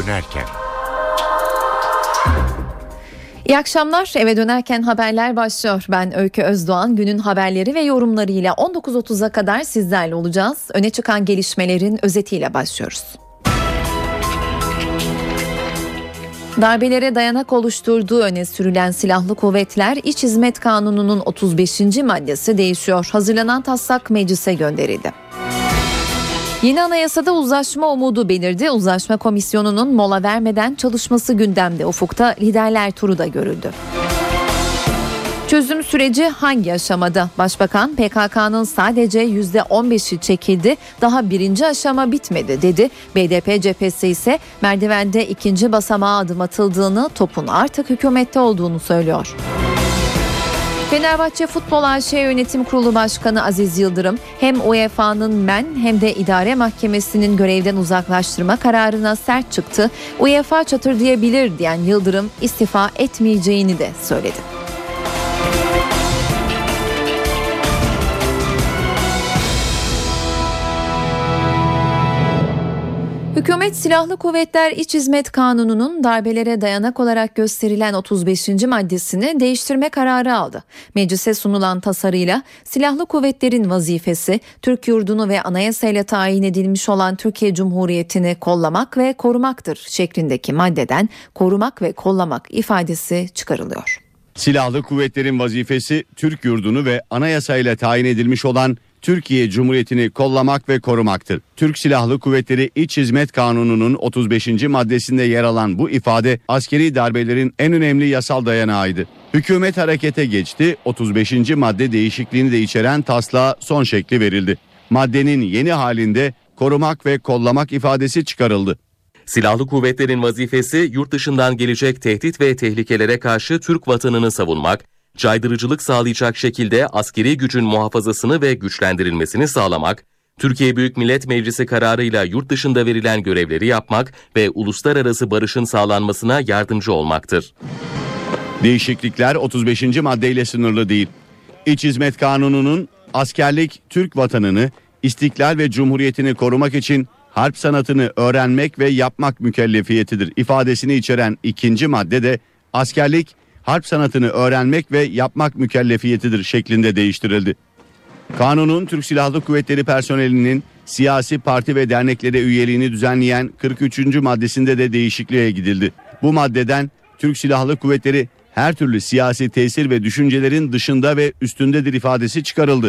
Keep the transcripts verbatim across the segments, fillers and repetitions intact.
dönerken. İyi akşamlar. Eve dönerken haberler başlıyor. Ben Öykü Özdoğan. Günün haberleri ve yorumlarıyla on dokuz otuza kadar sizlerle olacağız. Öne çıkan gelişmelerin özetiyle başlıyoruz. Darbelere dayanak oluşturduğu öne sürülen Silahlı Kuvvetler İç Hizmet Kanunu'nun otuz beşinci maddesi değişiyor. Hazırlanan taslak meclise gönderildi. Yeni anayasada uzlaşma umudu belirdi. Uzlaşma komisyonunun mola vermeden çalışması gündemde. Ufukta liderler turu da görüldü. Çözüm süreci hangi aşamada? Başbakan P K K'nın sadece yüzde on beşi çekildi, daha birinci aşama bitmedi dedi. B D P cephesi ise merdivende ikinci basamağa adım atıldığını, topun artık hükümette olduğunu söylüyor. Fenerbahçe Futbol A Ş Yönetim Kurulu Başkanı Aziz Yıldırım hem U E F A'nın men hem de idare mahkemesinin görevden uzaklaştırma kararına sert çıktı. U E F A çatırlayabilir diyen Yıldırım istifa etmeyeceğini de söyledi. Hükümet Silahlı Kuvvetler İç Hizmet Kanunu'nun darbelere dayanak olarak gösterilen otuz beşinci maddesini değiştirme kararı aldı. Meclise sunulan tasarıyla Silahlı Kuvvetlerin vazifesi Türk yurdunu ve anayasayla tayin edilmiş olan Türkiye Cumhuriyeti'ni kollamak ve korumaktır şeklindeki maddeden korumak ve kollamak ifadesi çıkarılıyor. Silahlı Kuvvetlerin vazifesi Türk yurdunu ve anayasayla tayin edilmiş olan Türkiye Cumhuriyeti'ni kollamak ve korumaktır. Türk Silahlı Kuvvetleri İç Hizmet Kanunu'nun otuz beşinci maddesinde yer alan bu ifade askeri darbelerin en önemli yasal dayanağıydı. Hükümet harekete geçti, otuz beşinci madde değişikliğini de içeren taslağa son şekli verildi. Maddenin yeni halinde korumak ve kollamak ifadesi çıkarıldı. Silahlı kuvvetlerin vazifesi yurt dışından gelecek tehdit ve tehlikelere karşı Türk vatanını savunmak, caydırıcılık sağlayacak şekilde askeri gücün muhafazasını ve güçlendirilmesini sağlamak, Türkiye Büyük Millet Meclisi kararıyla yurt dışında verilen görevleri yapmak ve uluslararası barışın sağlanmasına yardımcı olmaktır. Değişiklikler otuz beşinci maddeyle sınırlı değil. İç Hizmet Kanunu'nun askerlik Türk vatanını, istiklal ve cumhuriyetini korumak için harp sanatını öğrenmek ve yapmak mükellefiyetidir ifadesini içeren ikinci madde de askerlik harp sanatını öğrenmek ve yapmak mükellefiyetidir şeklinde değiştirildi. Kanunun Türk Silahlı Kuvvetleri personelinin siyasi parti ve derneklere üyeliğini düzenleyen kırk üçüncü maddesinde de değişikliğe gidildi. Bu maddeden Türk Silahlı Kuvvetleri her türlü siyasi tesir ve düşüncelerin dışında ve üstündedir ifadesi çıkarıldı.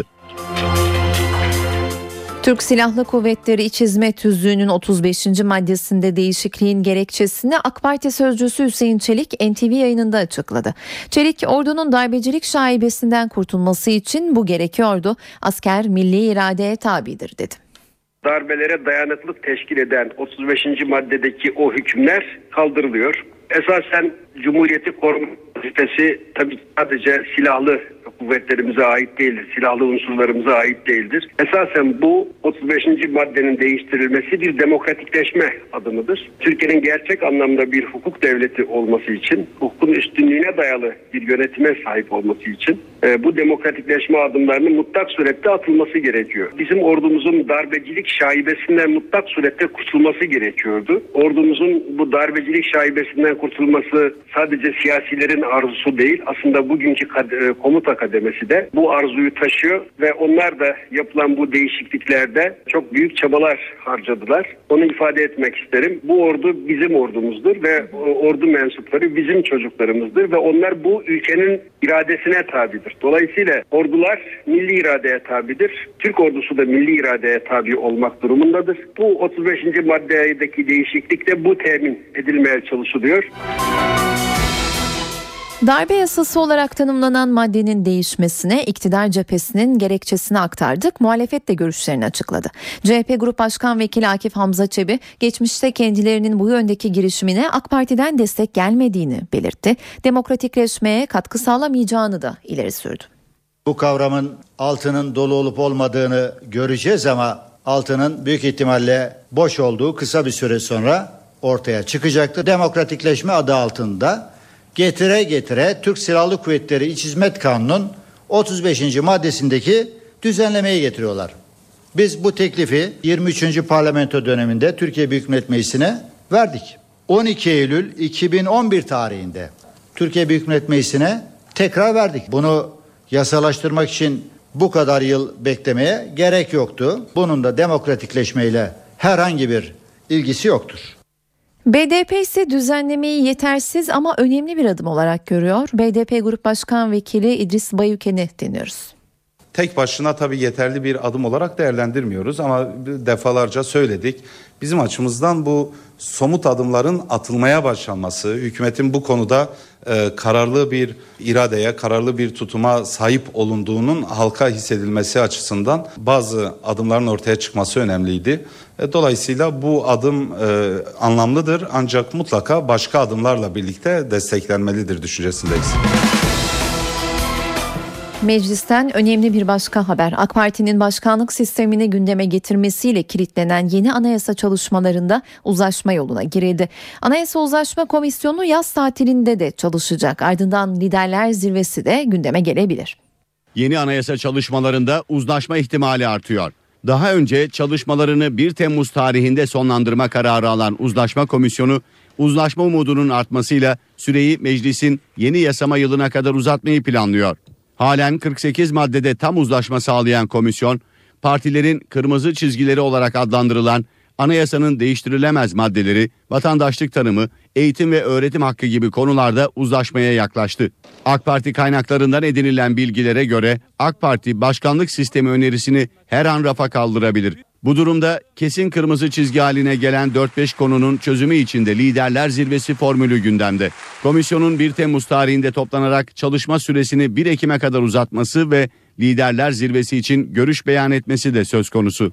Türk Silahlı Kuvvetleri İç Hizmet Tüzüğü'nün otuz beşinci maddesinde değişikliğin gerekçesini AK Parti sözcüsü Hüseyin Çelik N T V yayınında açıkladı. Çelik, ordunun darbecilik şaibesinden kurtulması için bu gerekiyordu. Asker milli iradeye tabidir dedi. Darbelere dayanıklılık teşkil eden otuz beşinci maddedeki o hükümler kaldırılıyor. Esasen Cumhuriyeti koruma vazifesi tabii sadece silahlı kuvvetlerimize ait değildir. Silahlı unsurlarımıza ait değildir. Esasen bu otuz beşinci maddenin değiştirilmesi bir demokratikleşme adımıdır. Türkiye'nin gerçek anlamda bir hukuk devleti olması için, hukukun üstünlüğüne dayalı bir yönetime sahip olması için e, bu demokratikleşme adımlarının mutlak surette atılması gerekiyor. Bizim ordumuzun darbecilik şaibesinden mutlak surette kurtulması gerekiyordu. Ordumuzun bu darbecilik şaibesinden kurtulması sadece siyasilerin arzusu değil, aslında bugünkü kad- komuta kademesi de bu arzuyu taşıyor ve onlar da yapılan bu değişikliklerde çok büyük çabalar harcadılar. Onu ifade etmek isterim. Bu ordu bizim ordumuzdur ve ordu mensupları bizim çocuklarımızdır ve onlar bu ülkenin iradesine tabidir. Dolayısıyla ordular milli iradeye tabidir. Türk ordusu da milli iradeye tabi olmak durumundadır. Bu otuz beşinci maddedeki değişiklikle bu temin edilmeye çalışılıyor. Darbe yasası olarak tanımlanan maddenin değişmesine iktidar cephesinin gerekçesini aktardık. Muhalefet de görüşlerini açıkladı. C H P Grup Başkan Vekili Akif Hamza Çebi, geçmişte kendilerinin bu yöndeki girişimine AK Parti'den destek gelmediğini belirtti. Demokratikleşmeye katkı sağlamayacağını da ileri sürdü. Bu kavramın altının dolu olup olmadığını göreceğiz ama altının büyük ihtimalle boş olduğu kısa bir süre sonra ortaya çıkacaktır. Demokratikleşme adı altında getire getire Türk Silahlı Kuvvetleri İç Hizmet Kanunu'nun otuz beşinci maddesindeki düzenlemeyi getiriyorlar. Biz bu teklifi yirmi üçüncü parlamento döneminde Türkiye Büyük Millet Meclisi'ne verdik. on iki Eylül iki bin on bir tarihinde Türkiye Büyük Millet Meclisi'ne tekrar verdik. Bunu yasalaştırmak için bu kadar yıl beklemeye gerek yoktu. Bunun da demokratikleşmeyle herhangi bir ilgisi yoktur. B D P ise düzenlemeyi yetersiz ama önemli bir adım olarak görüyor. B D P Grup Başkan Vekili İdris Bayüken'i dinliyoruz. Tek başına tabii yeterli bir adım olarak değerlendirmiyoruz ama defalarca söyledik. Bizim açımızdan bu somut adımların atılmaya başlanması, hükümetin bu konuda e, kararlı bir iradeye, kararlı bir tutuma sahip olunduğunun halka hissedilmesi açısından bazı adımların ortaya çıkması önemliydi. E, dolayısıyla bu adım e, anlamlıdır ancak mutlaka başka adımlarla birlikte desteklenmelidir düşüncesindeyiz. Meclisten önemli bir başka haber. AK Parti'nin başkanlık sistemini gündeme getirmesiyle kilitlenen yeni anayasa çalışmalarında uzlaşma yoluna girildi. Anayasa Uzlaşma Komisyonu yaz tatilinde de çalışacak. Ardından liderler zirvesi de gündeme gelebilir. Yeni anayasa çalışmalarında uzlaşma ihtimali artıyor. Daha önce çalışmalarını bir Temmuz tarihinde sonlandırma kararı alan Uzlaşma Komisyonu, uzlaşma umudunun artmasıyla süreyi meclisin yeni yasama yılına kadar uzatmayı planlıyor. Halen kırk sekiz maddede tam uzlaşma sağlayan komisyon, partilerin kırmızı çizgileri olarak adlandırılan anayasanın değiştirilemez maddeleri, vatandaşlık tanımı, eğitim ve öğretim hakkı gibi konularda uzlaşmaya yaklaştı. AK Parti kaynaklarından edinilen bilgilere göre AK Parti başkanlık sistemi önerisini her an rafa kaldırabilir. Bu durumda kesin kırmızı çizgi haline gelen dört beş konunun çözümü için de liderler zirvesi formülü gündemde. Komisyonun bir Temmuz tarihinde toplanarak çalışma süresini bir Ekim'e kadar uzatması ve liderler zirvesi için görüş beyan etmesi de söz konusu.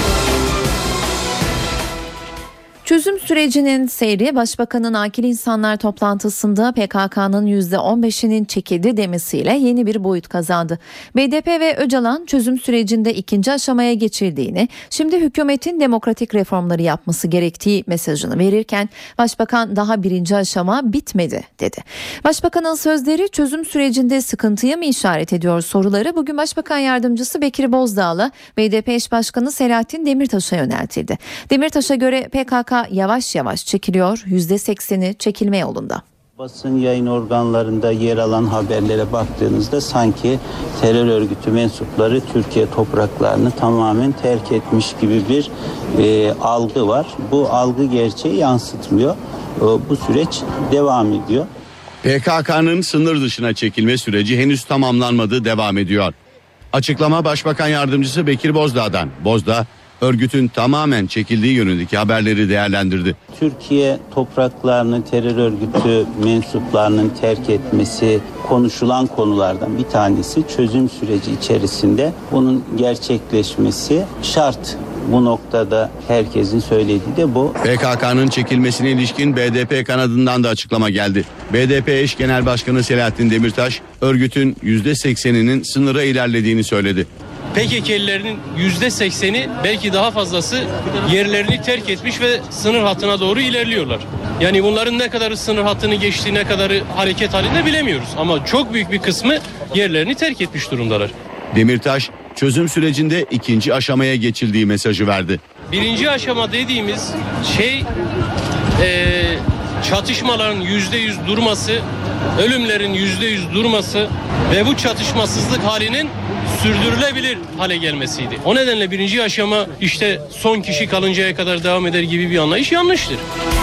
Çözüm sürecinin seyri Başbakanın Akil İnsanlar toplantısında P K K'nın yüzde on beşinin çekildi demesiyle yeni bir boyut kazandı. B D P ve Öcalan çözüm sürecinde ikinci aşamaya geçildiğini, şimdi hükümetin demokratik reformları yapması gerektiği mesajını verirken Başbakan daha birinci aşama bitmedi dedi. Başbakanın sözleri çözüm sürecinde sıkıntıya mı işaret ediyor soruları bugün Başbakan Yardımcısı Bekir Bozdağ'la B D P eş başkanı Selahattin Demirtaş'a yöneltildi. Demirtaş'a göre P K K yavaş yavaş çekiliyor, yüzde sekseni çekilme yolunda. Basın yayın organlarında yer alan haberlere baktığınızda sanki terör örgütü mensupları Türkiye topraklarını tamamen terk etmiş gibi bir e, algı var. Bu algı gerçeği yansıtmıyor. E, bu süreç devam ediyor. P K K'nın sınır dışına çekilme süreci henüz tamamlanmadı, devam ediyor. Açıklama Başbakan Yardımcısı Bekir Bozdağ'dan. Bozdağ, örgütün tamamen çekildiği yönündeki haberleri değerlendirdi. Türkiye topraklarını terör örgütü mensuplarının terk etmesi konuşulan konulardan bir tanesi. Çözüm süreci içerisinde bunun gerçekleşmesi şart. Bu noktada herkesin söylediği de bu. P K K'nın çekilmesine ilişkin B D P kanadından da açıklama geldi. B D P eş genel başkanı Selahattin Demirtaş, örgütün yüzde sekseninin sınıra ilerlediğini söyledi. P K K'lilerin yüzde sekseni belki daha fazlası yerlerini terk etmiş ve sınır hattına doğru ilerliyorlar. Yani bunların ne kadarı sınır hattını geçti, ne kadarı hareket halinde bilemiyoruz. Ama çok büyük bir kısmı yerlerini terk etmiş durumdalar. Demirtaş, çözüm sürecinde ikinci aşamaya geçildiği mesajı verdi. Birinci aşama dediğimiz şey e, çatışmaların yüzde yüz durması, ölümlerin yüzde yüz durması ve bu çatışmasızlık halinin sürdürülebilir hale gelmesiydi. O nedenle birinci aşama işte son kişi kalıncaya kadar devam eder gibi bir anlayış yanlıştır.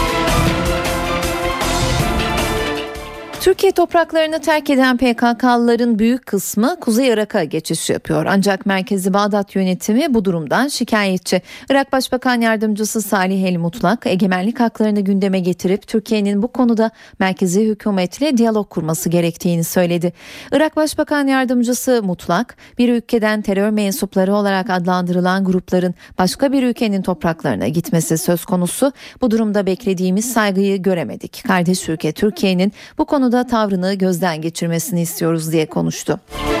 Türkiye topraklarını terk eden P K K'lıların büyük kısmı Kuzey Irak'a geçiş yapıyor. Ancak merkezi Bağdat yönetimi bu durumdan şikayetçi. Irak Başbakan Yardımcısı Salih El Mutlak, egemenlik haklarını gündeme getirip Türkiye'nin bu konuda merkezi hükümetle diyalog kurması gerektiğini söyledi. Irak Başbakan Yardımcısı Mutlak, bir ülkeden terör mensupları olarak adlandırılan grupların başka bir ülkenin topraklarına gitmesi söz konusu. Bu durumda beklediğimiz saygıyı göremedik. Kardeş ülke Türkiye'nin bu konuda da tavrını gözden geçirmesini istiyoruz diye konuştu.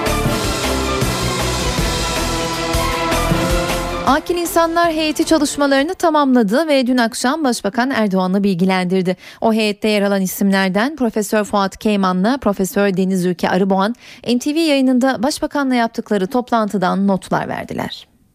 Akil İnsanlar heyeti çalışmalarını tamamladı ve dün akşam Başbakan Erdoğan'ı bilgilendirdi. O heyette yer alan isimlerden Profesör Fuat Keyman'la Profesör Deniz Ülke Arıboğan N T V yayınında Başbakan'la yaptıkları toplantıdan notlar verdiler.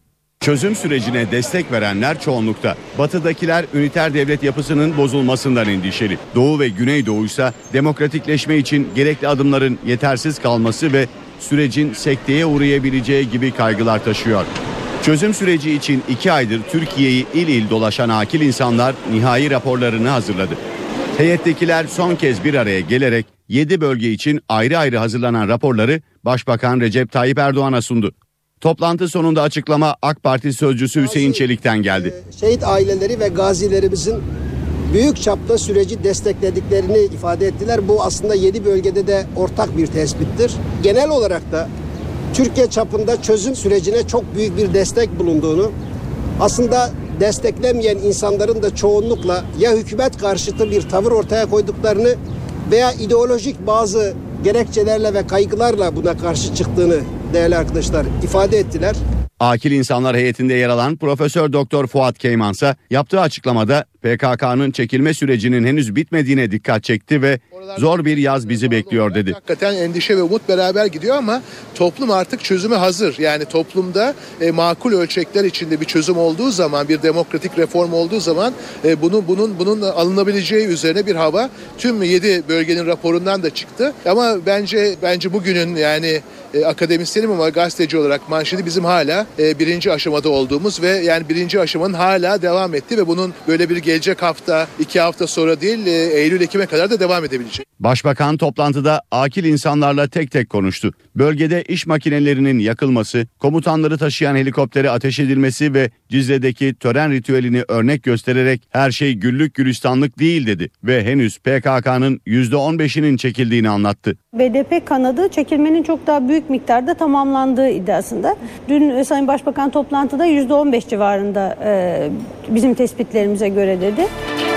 Çözüm sürecine destek verenler çoğunlukta. Batıdakiler üniter devlet yapısının bozulmasından endişeli. Doğu ve Güneydoğu ise demokratikleşme için gerekli adımların yetersiz kalması ve sürecin sekteye uğrayabileceği gibi kaygılar taşıyor. Çözüm süreci için iki aydır Türkiye'yi il il dolaşan akil insanlar nihai raporlarını hazırladı. Heyettekiler son kez bir araya gelerek yedi bölge için ayrı ayrı hazırlanan raporları Başbakan Recep Tayyip Erdoğan'a sundu. Toplantı sonunda açıklama AK Parti sözcüsü Hüseyin Çelik'ten geldi. Şehit aileleri ve gazilerimizin büyük çapta süreci desteklediklerini ifade ettiler. Bu aslında yedi bölgede de ortak bir tespittir. Genel olarak da Türkiye çapında çözüm sürecine çok büyük bir destek bulunduğunu, aslında desteklemeyen insanların da çoğunlukla ya hükümet karşıtı bir tavır ortaya koyduklarını veya ideolojik bazı gerekçelerle ve kaygılarla buna karşı çıktığını değerli arkadaşlar ifade ettiler. Akil İnsanlar Heyeti'nde yer alan Profesör Doktor Fuat Keyman ise yaptığı açıklamada P K K'nın çekilme sürecinin henüz bitmediğine dikkat çekti ve zor bir yaz bizi bekliyor dedi. Hakikaten endişe ve umut beraber gidiyor ama toplum artık çözüme hazır. Yani toplumda e, makul ölçekler içinde bir çözüm olduğu zaman, bir demokratik reform olduğu zaman e, bunun bunun bunun alınabileceği üzerine bir hava tüm yedi bölgenin raporundan da çıktı. Ama bence bence bugünün yani e, akademisyenim ama gazeteci olarak manşeti bizim hala e, birinci aşamada olduğumuz ve yani birinci aşamanın hala devam etti ve bunun böyle bir gelecek hafta, iki hafta sonra değil e, Eylül-Ekim'e kadar da devam edebilecek. Başbakan toplantıda akil insanlarla tek tek konuştu. Bölgede iş makinelerinin yakılması, komutanları taşıyan helikoptere ateş edilmesi ve Cizre'deki tören ritüelini örnek göstererek her şey güllük gülistanlık değil dedi ve henüz P K K'nın yüzde on beşinin çekildiğini anlattı. B D P kanadı çekilmenin çok daha büyük miktarda tamamlandığı iddiasında. Dün Sayın Başbakan toplantıda yüzde on beş civarında e, bizim tespitlerimize göre dedi.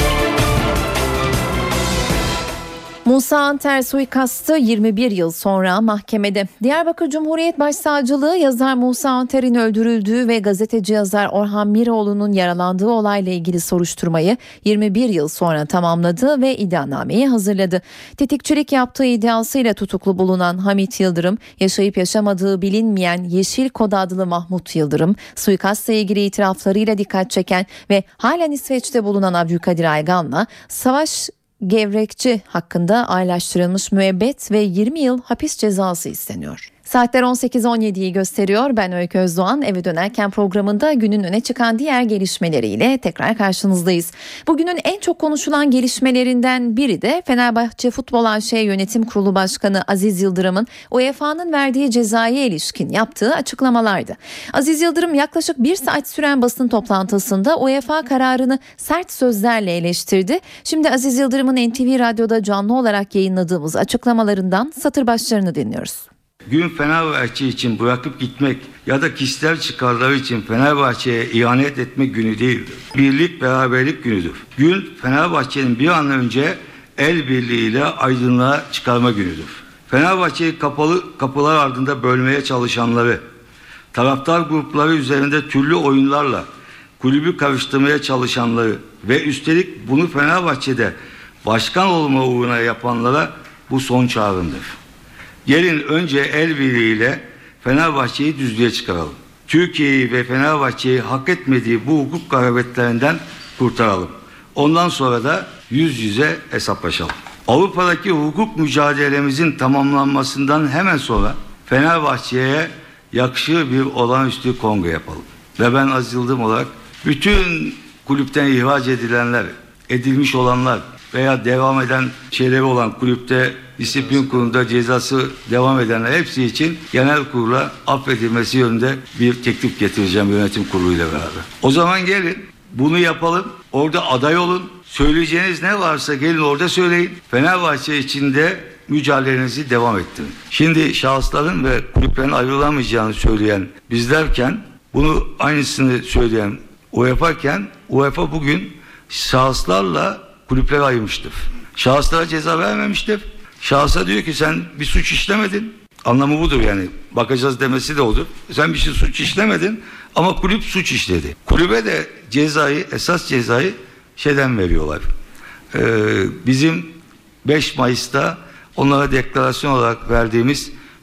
Musa Anter suikastı yirmi bir yıl sonra mahkemede. Diyarbakır Cumhuriyet Başsavcılığı yazar Musa Anter'in öldürüldüğü ve gazeteci yazar Orhan Miroğlu'nun yaralandığı olayla ilgili soruşturmayı yirmi bir yıl sonra tamamladı ve iddianameyi hazırladı. Tetikçilik yaptığı iddiasıyla tutuklu bulunan Hamit Yıldırım, yaşayıp yaşamadığı bilinmeyen Yeşil Kod adlı Mahmut Yıldırım, suikastla ilgili itiraflarıyla dikkat çeken ve halen İsveç'te bulunan Abdülkadir Aygan'la Savaş Gevrekçi hakkında ağırlaştırılmış müebbet ve yirmi yıl hapis cezası isteniyor. Saatler on sekiz on yediyi gösteriyor. Ben Öykü Özdoğan. Eve dönerken programında günün öne çıkan diğer gelişmeleriyle tekrar karşınızdayız. Bugünün en çok konuşulan gelişmelerinden biri de Fenerbahçe Futbol A Ş Yönetim Kurulu Başkanı Aziz Yıldırım'ın U E F A'nın verdiği cezaya ilişkin yaptığı açıklamalardı. Aziz Yıldırım yaklaşık bir saat süren basın toplantısında U E F A kararını sert sözlerle eleştirdi. Şimdi Aziz Yıldırım'ın N T V Radyo'da canlı olarak yayınladığımız açıklamalarından satır başlarını dinliyoruz. Gün Fenerbahçe için bırakıp gitmek ya da kişisel çıkarları için Fenerbahçe'ye ihanet etmek günü değildir. Birlik, beraberlik günüdür. Gün Fenerbahçe'nin bir an önce el birliğiyle aydınlığa çıkarma günüdür. Fenerbahçe'yi kapalı kapılar ardında bölmeye çalışanları, taraftar grupları üzerinde türlü oyunlarla kulübü karıştırmaya çalışanları ve üstelik bunu Fenerbahçe'de başkan olma uğruna yapanlara bu son çağrımdır. Gelin önce el birliğiyle Fenerbahçe'yi düzlüğe çıkaralım. Türkiye'yi ve Fenerbahçe'yi hak etmediği bu hukuk garabetlerinden kurtaralım. Ondan sonra da yüz yüze hesaplaşalım. Avrupa'daki hukuk mücadelemizin tamamlanmasından hemen sonra Fenerbahçe'ye yakışır bir olağanüstü kongre yapalım. Ve ben Aziz Yıldırım olarak bütün kulüpten ihraç edilenler, edilmiş olanlar veya devam eden şeyleri olan kulüpte disiplin kurulunda cezası devam edenler hepsi için genel kurula affedilmesi yönünde bir teklif getireceğim yönetim kuruluyla beraber. O zaman gelin bunu yapalım. Orada aday olun. Söyleyeceğiniz ne varsa gelin orada söyleyin. Fenerbahçe içinde mücadelenizi devam ettirin. Şimdi şahısların ve kulüplerin ayrılamayacağını söyleyen bizlerken bunu aynısını söyleyen UEFA'ken UEFA bugün şahıslarla kulüpleri ayırmıştır. Şahıslara ceza vermemiştir. Şahsa diyor ki sen bir suç işlemedin. Anlamı budur yani. Bakacağız demesi de odur. Sen bir şey suç işlemedin ama kulüp suç işledi. Kulübe de cezayı, esas cezayı şeyden veriyorlar. Ee, bizim beş Mayıs'ta onlara deklarasyon olarak verdiğimiz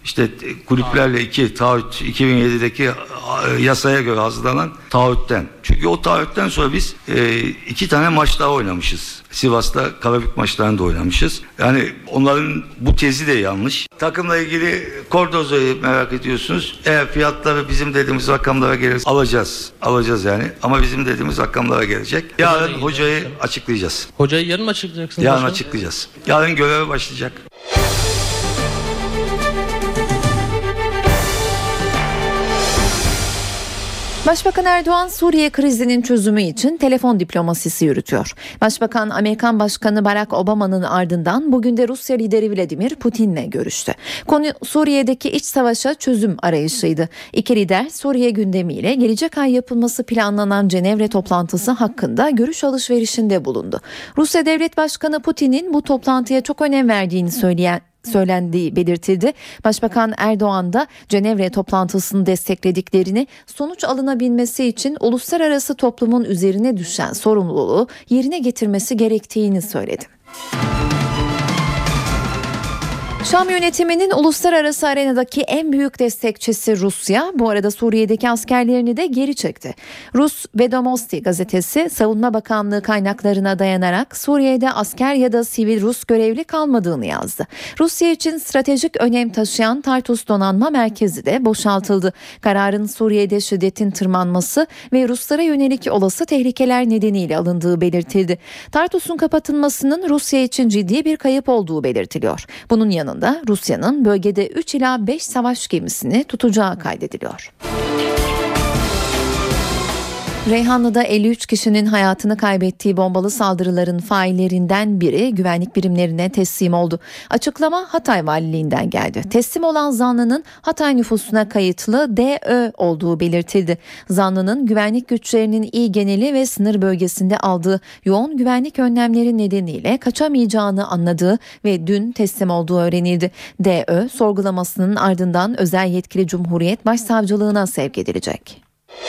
İşte kulüplerle iki taahhüt iki bin yedideki yasaya göre hazırlanan taahhütten. Çünkü o taahhütten sonra biz e, iki tane maç daha oynamışız. Sivas'ta Karabük maçlarını da oynamışız. Yani onların bu tezi de yanlış. Takımla ilgili Cordoza'yı merak ediyorsunuz. Eğer fiyatları bizim dediğimiz rakamlara gelirse alacağız. Alacağız yani. Ama bizim dediğimiz rakamlara gelecek. Yarın hocayı açıklayacağız. Hocayı yarın mı açıklayacaksınız? Yarın başkanım? açıklayacağız. Yarın göreve başlayacak. Başbakan Erdoğan Suriye krizinin çözümü için telefon diplomasisi yürütüyor. Başbakan Amerikan Başkanı Barack Obama'nın ardından bugün de Rusya lideri Vladimir Putin'le görüştü. Konu Suriye'deki iç savaşa çözüm arayışıydı. İki lider Suriye gündemiyle gelecek ay yapılması planlanan Cenevre toplantısı hakkında görüş alışverişinde bulundu. Rusya Devlet Başkanı Putin'in bu toplantıya çok önem verdiğini söyleyen söylendiği belirtildi. Başbakan Erdoğan da Cenevre toplantısını desteklediklerini, sonuç alınabilmesi için uluslararası toplumun üzerine düşen sorumluluğu yerine getirmesi gerektiğini söyledi. Şam yönetiminin uluslararası arenadaki en büyük destekçisi Rusya, bu arada Suriye'deki askerlerini de geri çekti. Rus Vedomosti gazetesi Savunma Bakanlığı kaynaklarına dayanarak Suriye'de asker ya da sivil Rus görevli kalmadığını yazdı. Rusya için stratejik önem taşıyan Tartus Donanma Merkezi de boşaltıldı. Kararın Suriye'de şiddetin tırmanması ve Ruslara yönelik olası tehlikeler nedeniyle alındığı belirtildi. Tartus'un kapatılmasının Rusya için ciddi bir kayıp olduğu belirtiliyor. Bunun yanında Rusya'nın bölgede üç ila beş savaş gemisini tutacağı kaydediliyor. Reyhanlı'da elli üç kişinin hayatını kaybettiği bombalı saldırıların faillerinden biri güvenlik birimlerine teslim oldu. Açıklama Hatay Valiliğinden geldi. Teslim olan zanlının Hatay nüfusuna kayıtlı D Ö olduğu belirtildi. Zanlının güvenlik güçlerinin il geneli ve sınır bölgesinde aldığı yoğun güvenlik önlemleri nedeniyle kaçamayacağını anladığı ve dün teslim olduğu öğrenildi. D Ö sorgulamasının ardından özel yetkili Cumhuriyet Başsavcılığına sevk edilecek.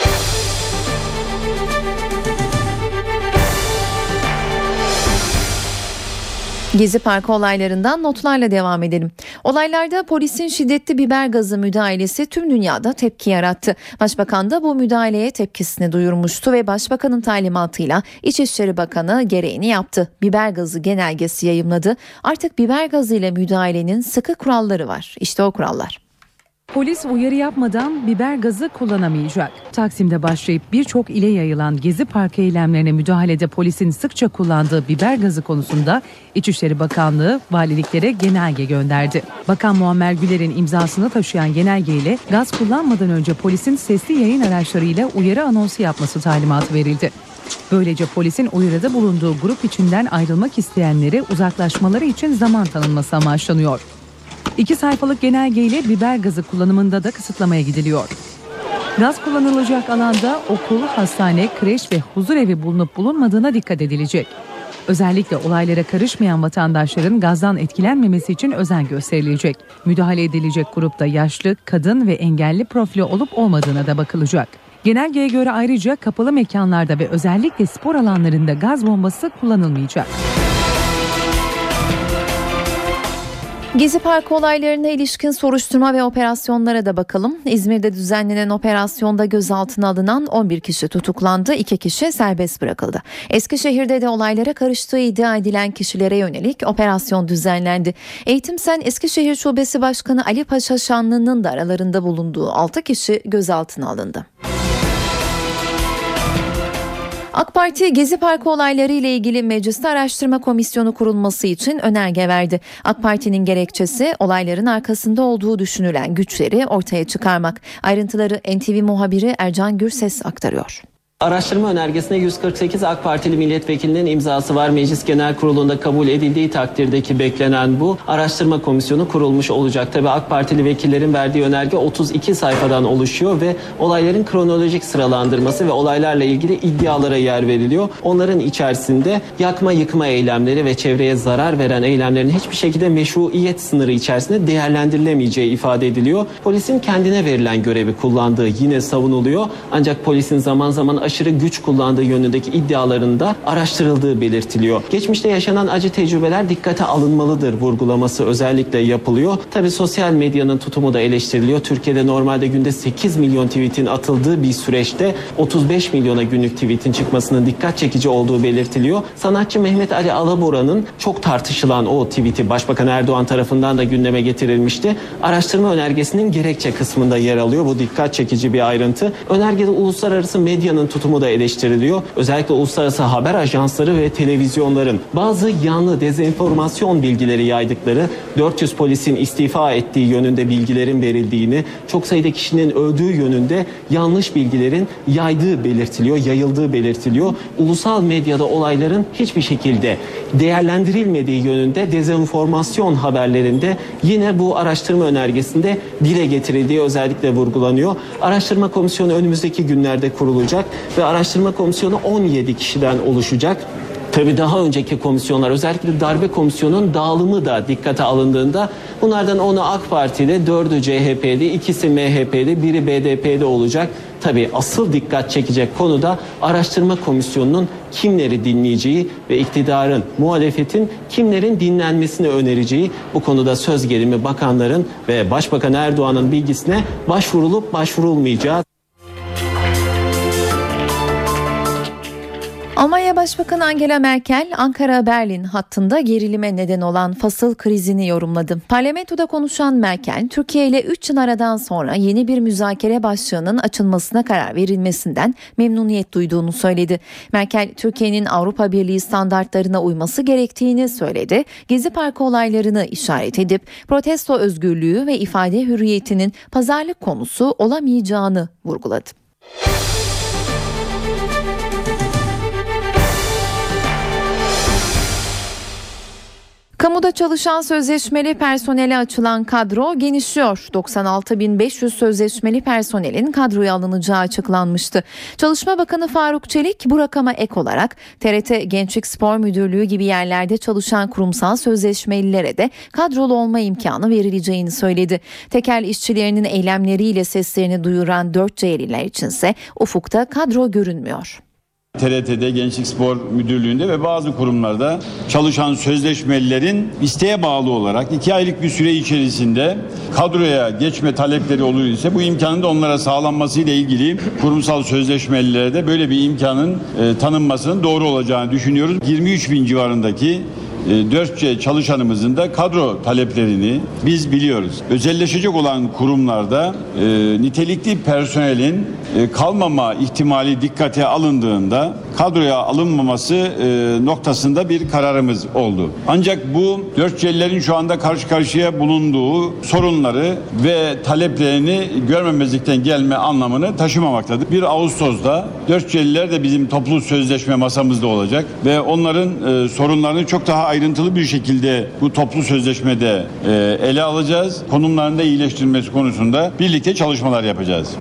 Gezi Parkı olaylarından notlarla devam edelim. Olaylarda polisin şiddetli biber gazı müdahalesi tüm dünyada tepki yarattı. Başbakan da bu müdahaleye tepkisini duyurmuştu ve Başbakanın talimatıyla İçişleri Bakanı gereğini yaptı. Biber gazı genelgesi yayımladı. Artık biber gazı ile müdahalenin sıkı kuralları var. İşte o kurallar. Polis uyarı yapmadan biber gazı kullanamayacak. Taksim'de başlayıp birçok ile yayılan Gezi Parkı eylemlerine müdahalede polisin sıkça kullandığı biber gazı konusunda İçişleri Bakanlığı valiliklere genelge gönderdi. Bakan Muammer Güler'in imzasını taşıyan genelgeyle gaz kullanmadan önce polisin sesli yayın araçlarıyla uyarı anonsu yapması talimatı verildi. Böylece polisin uyarıda bulunduğu grup içinden ayrılmak isteyenlere uzaklaşmaları için zaman tanınması amaçlanıyor. İki sayfalık genelgeyle biber gazı kullanımında da kısıtlamaya gidiliyor. Gaz kullanılacak alanda okul, hastane, kreş ve huzurevi bulunup bulunmadığına dikkat edilecek. Özellikle olaylara karışmayan vatandaşların gazdan etkilenmemesi için özen gösterilecek. Müdahale edilecek grupta yaşlı, kadın ve engelli profili olup olmadığına da bakılacak. Genelgeye göre ayrıca kapalı mekanlarda ve özellikle spor alanlarında gaz bombası kullanılmayacak. Gezi Parkı olaylarına ilişkin soruşturma ve operasyonlara da bakalım. İzmir'de düzenlenen operasyonda gözaltına alınan on bir kişi tutuklandı, iki kişi serbest bırakıldı. Eskişehir'de de olaylara karıştığı iddia edilen kişilere yönelik operasyon düzenlendi. Eğitimsen Eskişehir Şubesi Başkanı Ali Paşa Şanlı'nın da aralarında bulunduğu altı kişi gözaltına alındı. AK Parti Gezi Parkı olayları ile ilgili Mecliste Araştırma Komisyonu kurulması için önerge verdi. AK Parti'nin gerekçesi olayların arkasında olduğu düşünülen güçleri ortaya çıkarmak. Ayrıntıları N T V muhabiri Ercan Gürses aktarıyor. Araştırma önergesine yüz kırk sekiz AK Partili milletvekilinin imzası var. Meclis Genel Kurulu'nda kabul edildiği takdirdeki beklenen bu. Araştırma komisyonu kurulmuş olacak. Tabii AK Partili vekillerin verdiği önerge otuz iki sayfadan oluşuyor ve olayların kronolojik sıralandırması ve olaylarla ilgili iddialara yer veriliyor. Onların içerisinde yakma yıkma eylemleri ve çevreye zarar veren eylemlerin hiçbir şekilde meşruiyet sınırı içerisinde değerlendirilemeyeceği ifade ediliyor. Polisin kendine verilen görevi kullandığı yine savunuluyor. Ancak polisin zaman zaman aşırı güç kullandığı yönündeki iddialarında araştırıldığı belirtiliyor. Geçmişte yaşanan acı tecrübeler dikkate alınmalıdır vurgulaması özellikle yapılıyor. Tabii sosyal medyanın tutumu da eleştiriliyor. Türkiye'de normalde günde sekiz milyon tweetin atıldığı bir süreçte otuz beş milyona günlük tweetin çıkmasının dikkat çekici olduğu belirtiliyor. Sanatçı Mehmet Ali Alabora'nın çok tartışılan o tweeti Başbakan Erdoğan tarafından da gündeme getirilmişti. Araştırma önergesinin gerekçe kısmında yer alıyor. Bu dikkat çekici bir ayrıntı. Önergede uluslararası medyanın tutumu da eleştiriliyor. Özellikle uluslararası haber ajansları ve televizyonların bazı yanlı dezenformasyon bilgileri yaydıkları, dört yüz polisin istifa ettiği yönünde bilgilerin verildiğini, çok sayıda kişinin öldüğü yönünde yanlış bilgilerin yaydığı belirtiliyor, yayıldığı belirtiliyor. Ulusal medyada olayların hiçbir şekilde değerlendirilmediği yönünde dezenformasyon haberlerinde yine bu araştırma önergesinde dile getirildiği özellikle vurgulanıyor. Araştırma komisyonu önümüzdeki günlerde kurulacak ve araştırma komisyonu on yedi kişiden oluşacak. Tabii daha önceki komisyonlar, özellikle darbe komisyonunun dağılımı da dikkate alındığında bunlardan onu AK Parti'de, dördü C H P'de, ikisi M H P'de, biri B D P'de olacak. Tabii asıl dikkat çekecek konu da araştırma komisyonunun kimleri dinleyeceği ve iktidarın, muhalefetin kimlerin dinlenmesini önereceği. Bu konuda söz gelimi bakanların ve Başbakan Erdoğan'ın bilgisine başvurulup başvurulmayacağı. Almanya Başbakanı Angela Merkel, Ankara-Berlin hattında gerilime neden olan fasıl krizini yorumladı. Parlamentoda konuşan Merkel, Türkiye ile üç yıl aradan sonra yeni bir müzakere başlığının açılmasına karar verilmesinden memnuniyet duyduğunu söyledi. Merkel, Türkiye'nin Avrupa Birliği standartlarına uyması gerektiğini söyledi. Gezi Parkı olaylarını işaret edip protesto özgürlüğü ve ifade hürriyetinin pazarlık konusu olamayacağını vurguladı. Kamuda çalışan sözleşmeli personele açılan kadro genişliyor. doksan altı bin beş yüz sözleşmeli personelin kadroya alınacağı açıklanmıştı. Çalışma Bakanı Faruk Çelik bu rakama ek olarak T R T Gençlik Spor Müdürlüğü gibi yerlerde çalışan kurumsal sözleşmelilere de kadrolu olma imkanı verileceğini söyledi. Tekel işçilerinin eylemleriyle seslerini duyuran dört C'liler içinse ufukta kadro görünmüyor. T R T'de Gençlik Spor Müdürlüğü'nde ve bazı kurumlarda çalışan sözleşmelilerin isteğe bağlı olarak iki aylık bir süre içerisinde kadroya geçme talepleri olur ise bu imkanın da onlara sağlanması ile ilgili kurumsal sözleşmelilere de böyle bir imkanın e, tanınmasının doğru olacağını düşünüyoruz. yirmi üç bin civarındaki dört C çalışanımızın da kadro taleplerini biz biliyoruz. Özelleşecek olan kurumlarda e, nitelikli personelin e, kalmama ihtimali dikkate alındığında kadroya alınmaması e, noktasında bir kararımız oldu. Ancak bu dört C'lilerin şu anda karşı karşıya bulunduğu sorunları ve taleplerini görmemezlikten gelme anlamını taşımamaktadır. bir Ağustos'ta dört C'liler de bizim toplu sözleşme masamızda olacak ve onların e, sorunlarını çok daha ayrıntılı bir şekilde bu toplu sözleşmede e, ele alacağız. Konumlarında iyileştirilmesi konusunda birlikte çalışmalar yapacağız.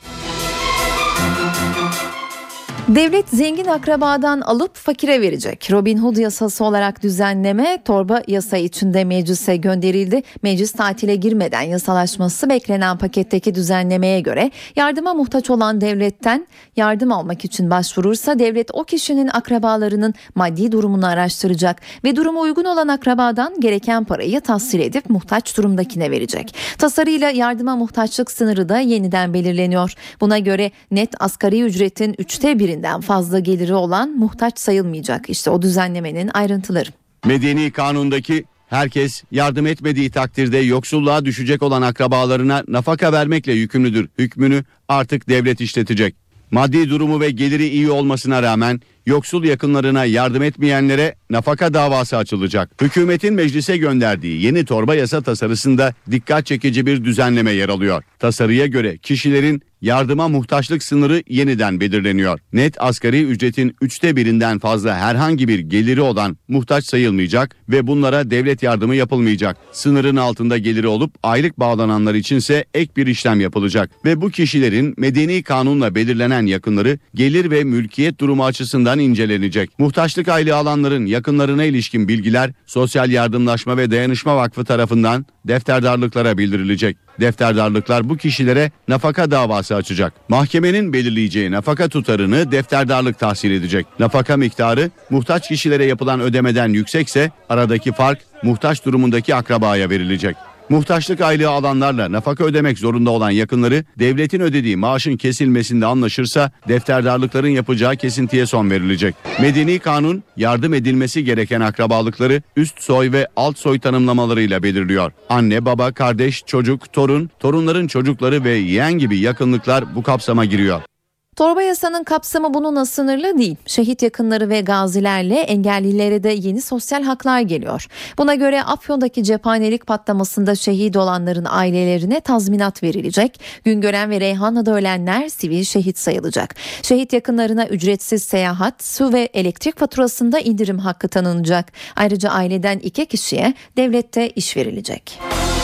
Devlet zengin akrabadan alıp fakire verecek. Robin Hood yasası olarak düzenleme torba yasa içinde meclise gönderildi. Meclis tatile girmeden yasalaşması beklenen paketteki düzenlemeye göre yardıma muhtaç olan devletten yardım almak için başvurursa devlet o kişinin akrabalarının maddi durumunu araştıracak ve durumu uygun olan akrabadan gereken parayı tahsil edip muhtaç durumdakine verecek. Tasarıyla yardıma muhtaçlık sınırı da yeniden belirleniyor. Buna göre net asgari ücretin üçte birinden fazla geliri olan muhtaç sayılmayacak. İşte o düzenlemenin ayrıntıları. Medeni kanundaki herkes yardım etmediği takdirde yoksulluğa düşecek olan akrabalarına nafaka vermekle yükümlüdür hükmünü artık devlet işletecek. Maddi durumu ve geliri iyi olmasına rağmen yoksul yakınlarına yardım etmeyenlere nafaka davası açılacak. Hükümetin meclise gönderdiği yeni torba yasa tasarısında dikkat çekici bir düzenleme yer alıyor. Tasarıya göre kişilerin yardıma muhtaçlık sınırı yeniden belirleniyor. Net asgari ücretin üçte birinden fazla herhangi bir geliri olan muhtaç sayılmayacak ve bunlara devlet yardımı yapılmayacak. Sınırın altında geliri olup aylık bağlananlar içinse ek bir işlem yapılacak ve bu kişilerin medeni kanunla belirlenen yakınları gelir ve mülkiyet durumu açısından tarafından incelenecek. Muhtaçlık aylığı alanların yakınlarına ilişkin bilgiler Sosyal Yardımlaşma ve Dayanışma Vakfı tarafından defterdarlıklara bildirilecek. Defterdarlıklar bu kişilere nafaka davası açacak. Mahkemenin belirleyeceği nafaka tutarını defterdarlık tahsil edecek. Nafaka miktarı muhtaç kişilere yapılan ödemeden yüksekse aradaki fark muhtaç durumundaki akrabaya verilecek. Muhtaçlık aylığı alanlarla nafaka ödemek zorunda olan yakınları devletin ödediği maaşın kesilmesinde anlaşırsa defterdarlıkların yapacağı kesintiye son verilecek. Medeni kanun yardım edilmesi gereken akrabalıkları üst soy ve alt soy tanımlamalarıyla belirliyor. Anne, baba, kardeş, çocuk, torun, torunların çocukları ve yeğen gibi yakınlıklar bu kapsama giriyor. Torba yasanın kapsamı bununla sınırlı değil. Şehit yakınları ve gazilerle engellilere de yeni sosyal haklar geliyor. Buna göre Afyon'daki cephanelik patlamasında şehit olanların ailelerine tazminat verilecek. Güngören ve Reyhanlı'da ölenler sivil şehit sayılacak. Şehit yakınlarına ücretsiz seyahat, su ve elektrik faturasında indirim hakkı tanınacak. Ayrıca aileden iki kişiye devlette iş verilecek.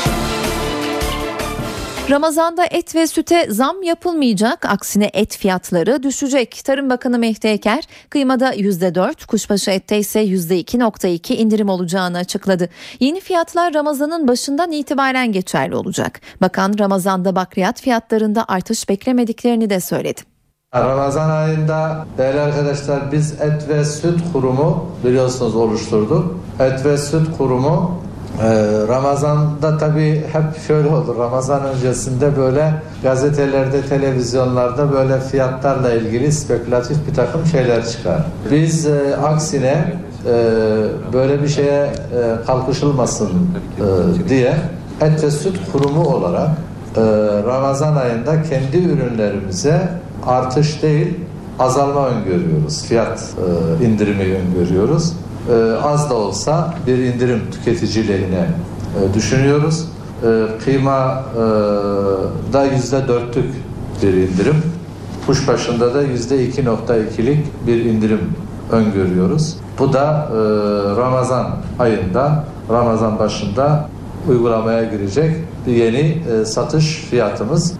Ramazan'da et ve süte zam yapılmayacak, aksine et fiyatları düşecek. Tarım Bakanı Mehdi Eker, kıymada yüzde dört, kuşbaşı ette ise yüzde iki virgül iki indirim olacağını açıkladı. Yeni fiyatlar Ramazan'ın başından itibaren geçerli olacak. Bakan Ramazan'da bakliyat fiyatlarında artış beklemediklerini de söyledi. Ramazan ayında değerli arkadaşlar biz Et ve Süt Kurumu biliyorsunuz oluşturduk. Et ve Süt Kurumu Ramazan'da tabii hep şöyle olur. Ramazan öncesinde böyle gazetelerde, televizyonlarda böyle fiyatlarla ilgili spekülatif bir takım şeyler çıkar. Biz e, aksine e, böyle bir şeye e, kalkışılmasın e, diye Et ve Süt Kurumu olarak e, Ramazan ayında kendi ürünlerimize artış değil azalma öngörüyoruz. Fiyat e, indirimi öngörüyoruz. Ee, az da olsa bir indirim tüketici lehine e, düşünüyoruz. E, kıyma e, da yüzde dörtlük bir indirim. Kuşbaşında da yüzde iki virgül ikilik bir indirim öngörüyoruz. Bu da e, Ramazan ayında, Ramazan başında uygulamaya girecek bir yeni e, satış fiyatımız.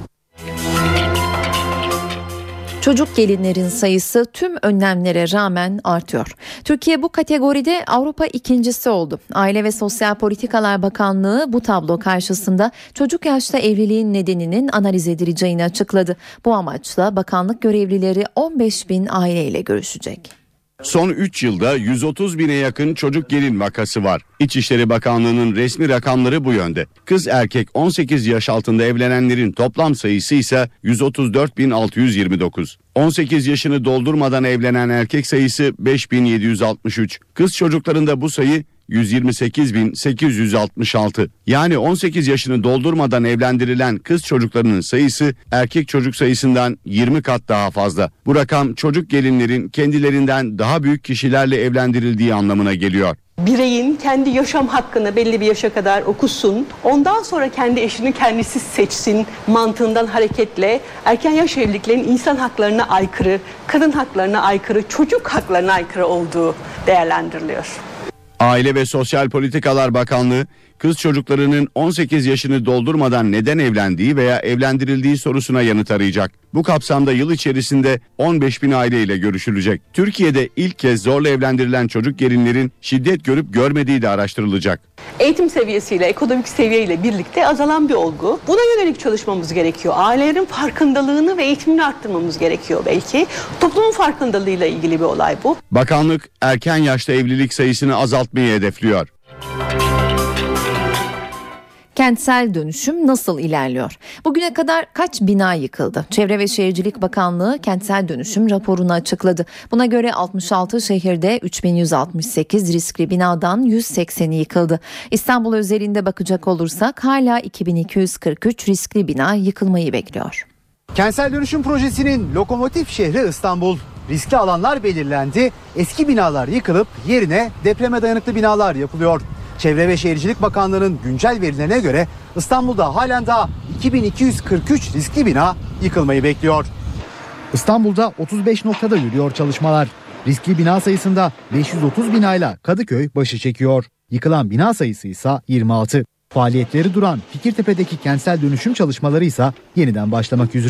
Çocuk gelinlerin sayısı tüm önlemlere rağmen artıyor. Türkiye bu kategoride Avrupa ikincisi oldu. Aile ve Sosyal Politikalar Bakanlığı bu tablo karşısında çocuk yaşta evliliğin nedeninin analiz edileceğini açıkladı. Bu amaçla bakanlık görevlileri on beş bin aileyle görüşecek. Son üç yılda yüz otuz bine yakın çocuk gelin vakası var. İçişleri Bakanlığı'nın resmi rakamları bu yönde. Kız erkek on sekiz yaş altında evlenenlerin toplam sayısı ise yüz otuz dört bin altı yüz yirmi dokuz. on sekiz yaşını doldurmadan evlenen erkek sayısı beş bin yedi yüz altmış üç. Kız çocuklarında bu sayı yüz yirmi sekiz bin sekiz yüz altmış altı. Yani on sekiz yaşını doldurmadan evlendirilen kız çocuklarının sayısı erkek çocuk sayısından yirmi kat daha fazla. Bu rakam çocuk gelinlerin kendilerinden daha büyük kişilerle evlendirildiği anlamına geliyor. Bireyin kendi yaşam hakkını belli bir yaşa kadar okusun, ondan sonra kendi eşini kendisi seçsin mantığından hareketle erken yaş evliliklerin insan haklarına aykırı, kadın haklarına aykırı, çocuk haklarına aykırı olduğu değerlendiriliyor. Aile ve Sosyal Politikalar Bakanlığı kız çocuklarının on sekiz yaşını doldurmadan neden evlendiği veya evlendirildiği sorusuna yanıt arayacak. Bu kapsamda yıl içerisinde on beş bin aileyle görüşülecek. Türkiye'de ilk kez zorla evlendirilen çocuk gelinlerin şiddet görüp görmediği de araştırılacak. Eğitim seviyesiyle, ekonomik seviyeyle birlikte azalan bir olgu. Buna yönelik çalışmamız gerekiyor. Ailelerin farkındalığını ve eğitimini arttırmamız gerekiyor belki. Toplumun farkındalığıyla ilgili bir olay bu. Bakanlık erken yaşta evlilik sayısını azaltmayı hedefliyor. Kentsel dönüşüm nasıl ilerliyor? Bugüne kadar kaç bina yıkıldı? Çevre ve Şehircilik Bakanlığı kentsel dönüşüm raporunu açıkladı. Buna göre altmış altı şehirde üç bin yüz altmış sekiz riskli binadan yüz sekseni yıkıldı. İstanbul özelinde bakacak olursak hala iki bin iki yüz kırk üç riskli bina yıkılmayı bekliyor. Kentsel dönüşüm projesinin lokomotif şehri İstanbul. Riskli alanlar belirlendi, eski binalar yıkılıp yerine depreme dayanıklı binalar yapılıyor. Çevre ve Şehircilik Bakanlığı'nın güncel verilerine göre İstanbul'da halen daha iki bin iki yüz kırk üç riskli bina yıkılmayı bekliyor. İstanbul'da otuz beş noktada yürüyor çalışmalar. Riskli bina sayısında beş yüz otuz binayla Kadıköy başı çekiyor. Yıkılan bina sayısı ise yirmi altı. Faaliyetleri duran Fikirtepe'deki kentsel dönüşüm çalışmaları ise yeniden başlamak üzere.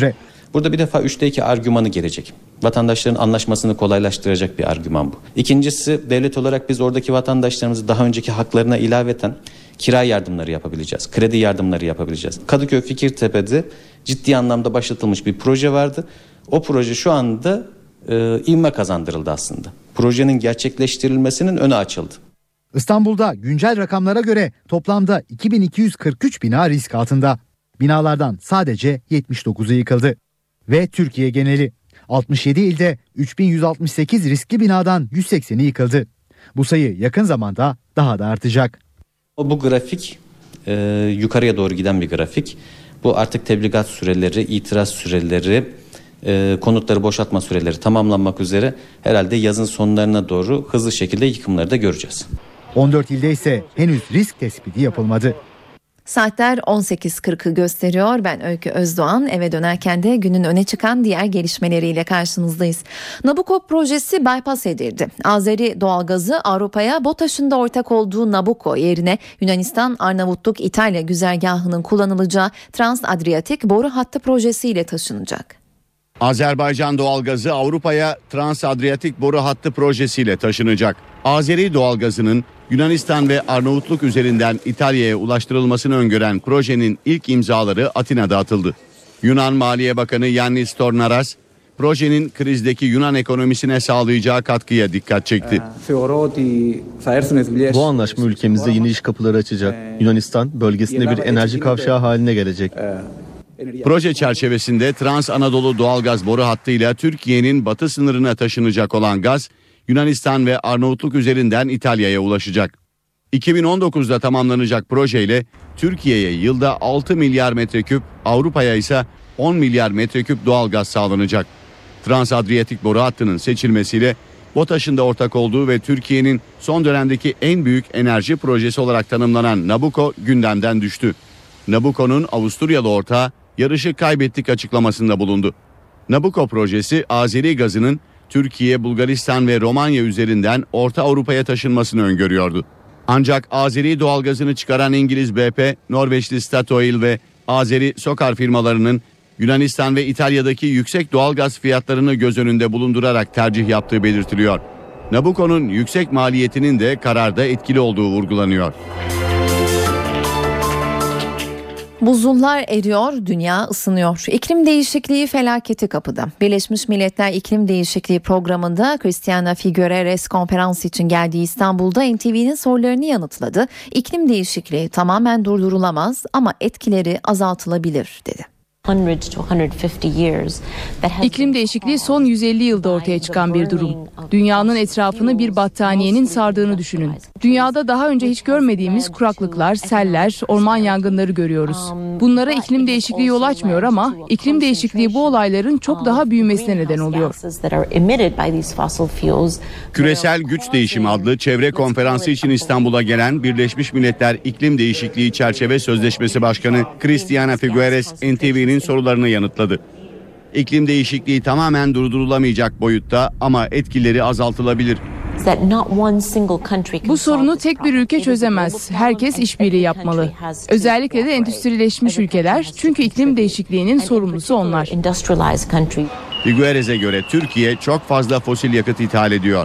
Burada bir defa üçte iki argümanı gelecek. Vatandaşların anlaşmasını kolaylaştıracak bir argüman bu. İkincisi, devlet olarak biz oradaki vatandaşlarımızı daha önceki haklarına ilaveten kira yardımları yapabileceğiz. Kredi yardımları yapabileceğiz. Kadıköy Fikirtepe'de ciddi anlamda başlatılmış bir proje vardı. O proje şu anda e, ivme kazandırıldı aslında. Projenin gerçekleştirilmesinin önü açıldı. İstanbul'da güncel rakamlara göre toplamda iki bin iki yüz kırk üç bina risk altında. Binalardan sadece yetmiş dokuzu yıkıldı. Ve Türkiye geneli altmış yedi ilde üç bin yüz altmış sekiz riskli binadan yüz sekseni yıkıldı. Bu sayı yakın zamanda daha da artacak. Bu grafik e, yukarıya doğru giden bir grafik. Bu artık tebligat süreleri, itiraz süreleri, e, konutları boşaltma süreleri tamamlanmak üzere herhalde yazın sonlarına doğru hızlı şekilde yıkımları da göreceğiz. on dört ilde ise henüz risk tespiti yapılmadı. Saatler on sekiz kırkı gösteriyor. Ben Öykü Özdoğan. Eve dönerken de günün öne çıkan diğer gelişmeleriyle karşınızdayız. Nabucco projesi bypass edildi. Azeri doğalgazı Avrupa'ya BOTAŞ'ın da ortak olduğu Nabucco yerine Yunanistan, Arnavutluk, İtalya güzergahının kullanılacağı Trans-Adriatik boru hattı projesiyle taşınacak. Azerbaycan doğalgazı Avrupa'ya Trans-Adriatik boru hattı projesiyle taşınacak. Azeri doğalgazının Yunanistan ve Arnavutluk üzerinden İtalya'ya ulaştırılmasını öngören projenin ilk imzaları Atina'da atıldı. Yunan Maliye Bakanı Yannis Tornaras, projenin krizdeki Yunan ekonomisine sağlayacağı katkıya dikkat çekti. Bu anlaşma ülkemizde yeni iş kapıları açacak. Yunanistan bölgesinde bir enerji kavşağı haline gelecek. Proje çerçevesinde Trans Anadolu doğalgaz boru hattıyla Türkiye'nin batı sınırına taşınacak olan gaz, Yunanistan ve Arnavutluk üzerinden İtalya'ya ulaşacak. iki bin on dokuzda tamamlanacak projeyle Türkiye'ye yılda altı milyar metreküp, Avrupa'ya ise on milyar metreküp doğalgaz sağlanacak. Trans-Adriatik boru hattının seçilmesiyle BOTAŞ'ın da ortak olduğu ve Türkiye'nin son dönemdeki en büyük enerji projesi olarak tanımlanan Nabucco gündemden düştü. Nabucco'nun Avusturyalı ortağı yarışı kaybettik açıklamasında bulundu. Nabucco projesi Azeri gazının Türkiye, Bulgaristan ve Romanya üzerinden Orta Avrupa'ya taşınmasını öngörüyordu. Ancak Azeri doğalgazını çıkaran İngiliz B P, Norveçli Statoil ve Azeri Sokar firmalarının Yunanistan ve İtalya'daki yüksek doğalgaz fiyatlarını göz önünde bulundurarak tercih yaptığı belirtiliyor. Nabucco'nun yüksek maliyetinin de kararda etkili olduğu vurgulanıyor. Buzullar eriyor, dünya ısınıyor. İklim değişikliği felaketi kapıda. Birleşmiş Milletler İklim Değişikliği Programı'nda Christiana Figueres konferans için geldiği İstanbul'da N T V'nin sorularını yanıtladı. İklim değişikliği tamamen durdurulamaz ama etkileri azaltılabilir dedi. İklim değişikliği son yüz elli yılda ortaya çıkan bir durum. Dünyanın etrafını bir battaniyenin sardığını düşünün. Dünyada daha önce hiç görmediğimiz kuraklıklar, seller, orman yangınları görüyoruz. Bunlara iklim değişikliği yol açmıyor ama iklim değişikliği bu olayların çok daha büyümesine neden oluyor. Küresel Güç Değişimi adlı çevre konferansı için İstanbul'a gelen Birleşmiş Milletler İklim Değişikliği Çerçeve Sözleşmesi Başkanı Christiana Figueres N T V'nin sorularını yanıtladı. İklim değişikliği tamamen durdurulamayacak boyutta ama etkileri azaltılabilir. Bu sorunu tek bir ülke çözemez. Herkes işbirliği yapmalı. Özellikle de endüstrileşmiş ülkeler, çünkü iklim değişikliğinin sorumlusu onlar. Figueres'e göre Türkiye çok fazla fosil yakıt ithal ediyor.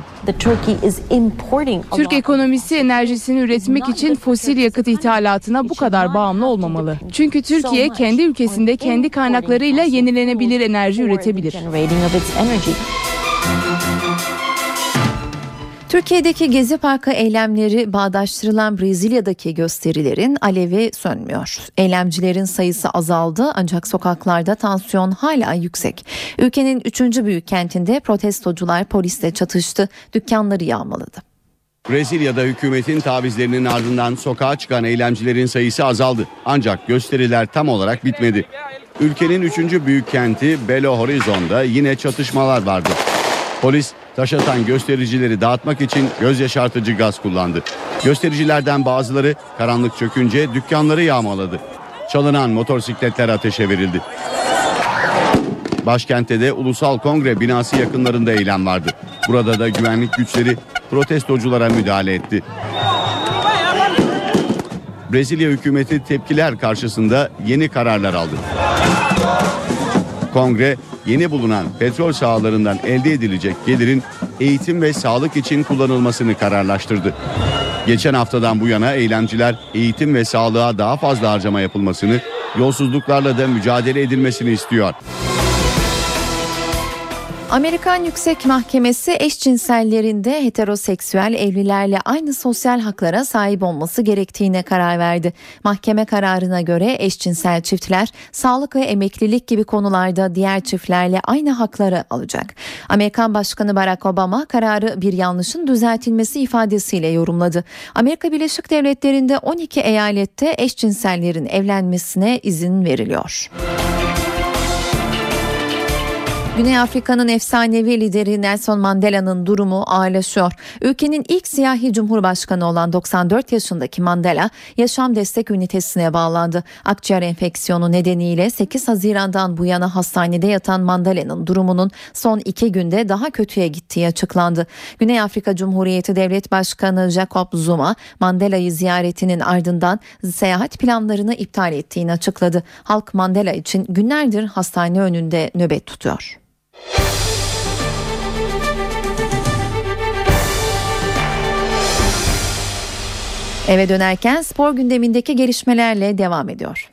Türk ekonomisi enerjisini üretmek için fosil yakıt ithalatına bu kadar bağımlı olmamalı. Çünkü Türkiye kendi ülkesinde kendi kaynaklarıyla yenilenebilir enerji üretebilir. Türkiye'deki Gezi Parkı eylemleri bağdaştırılan Brezilya'daki gösterilerin alevi sönmüyor. Eylemcilerin sayısı azaldı ancak sokaklarda tansiyon hala yüksek. Ülkenin üçüncü büyük kentinde protestocular polisle çatıştı, dükkanları yağmaladı. Brezilya'da hükümetin tavizlerinin ardından sokağa çıkan eylemcilerin sayısı azaldı. Ancak gösteriler tam olarak bitmedi. Ülkenin üçüncü büyük kenti Belo Horizon'da yine çatışmalar vardı. Polis taş atan göstericileri dağıtmak için göz yaşartıcı gaz kullandı. Göstericilerden bazıları karanlık çökünce dükkanları yağmaladı. Çalınan motosikletler ateşe verildi. Başkentte de Ulusal Kongre binası yakınlarında eylem vardı. Burada da güvenlik güçleri protestoculara müdahale etti. Brezilya hükümeti tepkiler karşısında yeni kararlar aldı. Kongre, yeni bulunan petrol sahalarından elde edilecek gelirin eğitim ve sağlık için kullanılmasını kararlaştırdı. Geçen haftadan bu yana eylemciler eğitim ve sağlığa daha fazla harcama yapılmasını, yolsuzluklarla da mücadele edilmesini istiyor. Amerikan Yüksek Mahkemesi eşcinsellerin de heteroseksüel evlilerle aynı sosyal haklara sahip olması gerektiğine karar verdi. Mahkeme kararına göre eşcinsel çiftler sağlık ve emeklilik gibi konularda diğer çiftlerle aynı hakları alacak. Amerikan Başkanı Barack Obama kararı bir yanlışın düzeltilmesi ifadesiyle yorumladı. Amerika Birleşik Devletleri'nde on iki eyalette eşcinsellerin evlenmesine izin veriliyor. Güney Afrika'nın efsanevi lideri Nelson Mandela'nın durumu ağırlaşıyor. Ülkenin ilk siyahi cumhurbaşkanı olan doksan dört yaşındaki Mandela yaşam destek ünitesine bağlandı. Akciğer enfeksiyonu nedeniyle sekiz Haziran'dan bu yana hastanede yatan Mandela'nın durumunun son iki günde daha kötüye gittiği açıklandı. Güney Afrika Cumhuriyeti Devlet Başkanı Jacob Zuma, Mandela'yı ziyaretinin ardından seyahat planlarını iptal ettiğini açıkladı. Halk Mandela için günlerdir hastane önünde nöbet tutuyor. Eve dönerken spor gündemindeki gelişmelerle devam ediyor.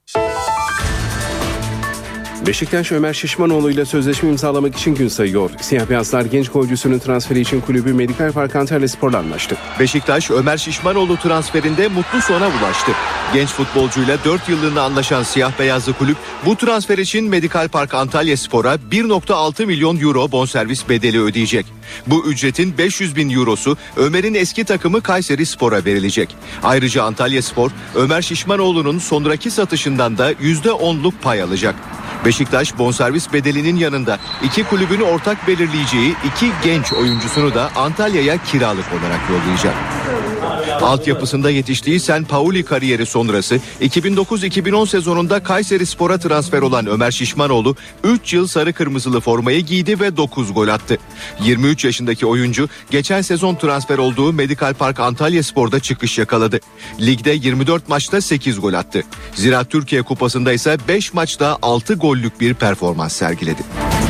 Beşiktaş Ömer Şişmanoğlu ile sözleşme imzalamak için gün sayıyor. Siyah beyazlar genç golcüsünün transferi için kulübü Medikal Park Antalyaspor'la anlaştı. Beşiktaş Ömer Şişmanoğlu transferinde mutlu sona ulaştı. Genç futbolcuyla dört yıllığına anlaşan siyah beyazlı kulüp bu transfer için Medikal Park Antalyaspor'a bir virgül altı milyon euro bonservis bedeli ödeyecek. Bu ücretin beş yüz bin eurosu Ömer'in eski takımı Kayserispor'a verilecek. Ayrıca Antalyaspor Ömer Şişmanoğlu'nun sonraki satışından da yüzde onluk pay alacak. Beşiktaş bonservis bedelinin yanında iki kulübün ortak belirleyeceği iki genç oyuncusunu da Antalya'ya kiralık olarak yollayacak. Altyapısında yetiştiği Sen Pauli kariyeri sonrası iki bin dokuz iki bin on sezonunda Kayserispor'a transfer olan Ömer Şişmanoğlu üç yıl sarı kırmızılı formayı giydi ve dokuz gol attı. yirmi üç yaşındaki oyuncu geçen sezon transfer olduğu Medikal Park Antalyaspor'da çıkış yakaladı. Ligde yirmi dört maçta sekiz gol attı. Ziraat Türkiye Kupası'nda ise beş maçta altı gollük bir performans sergiledi.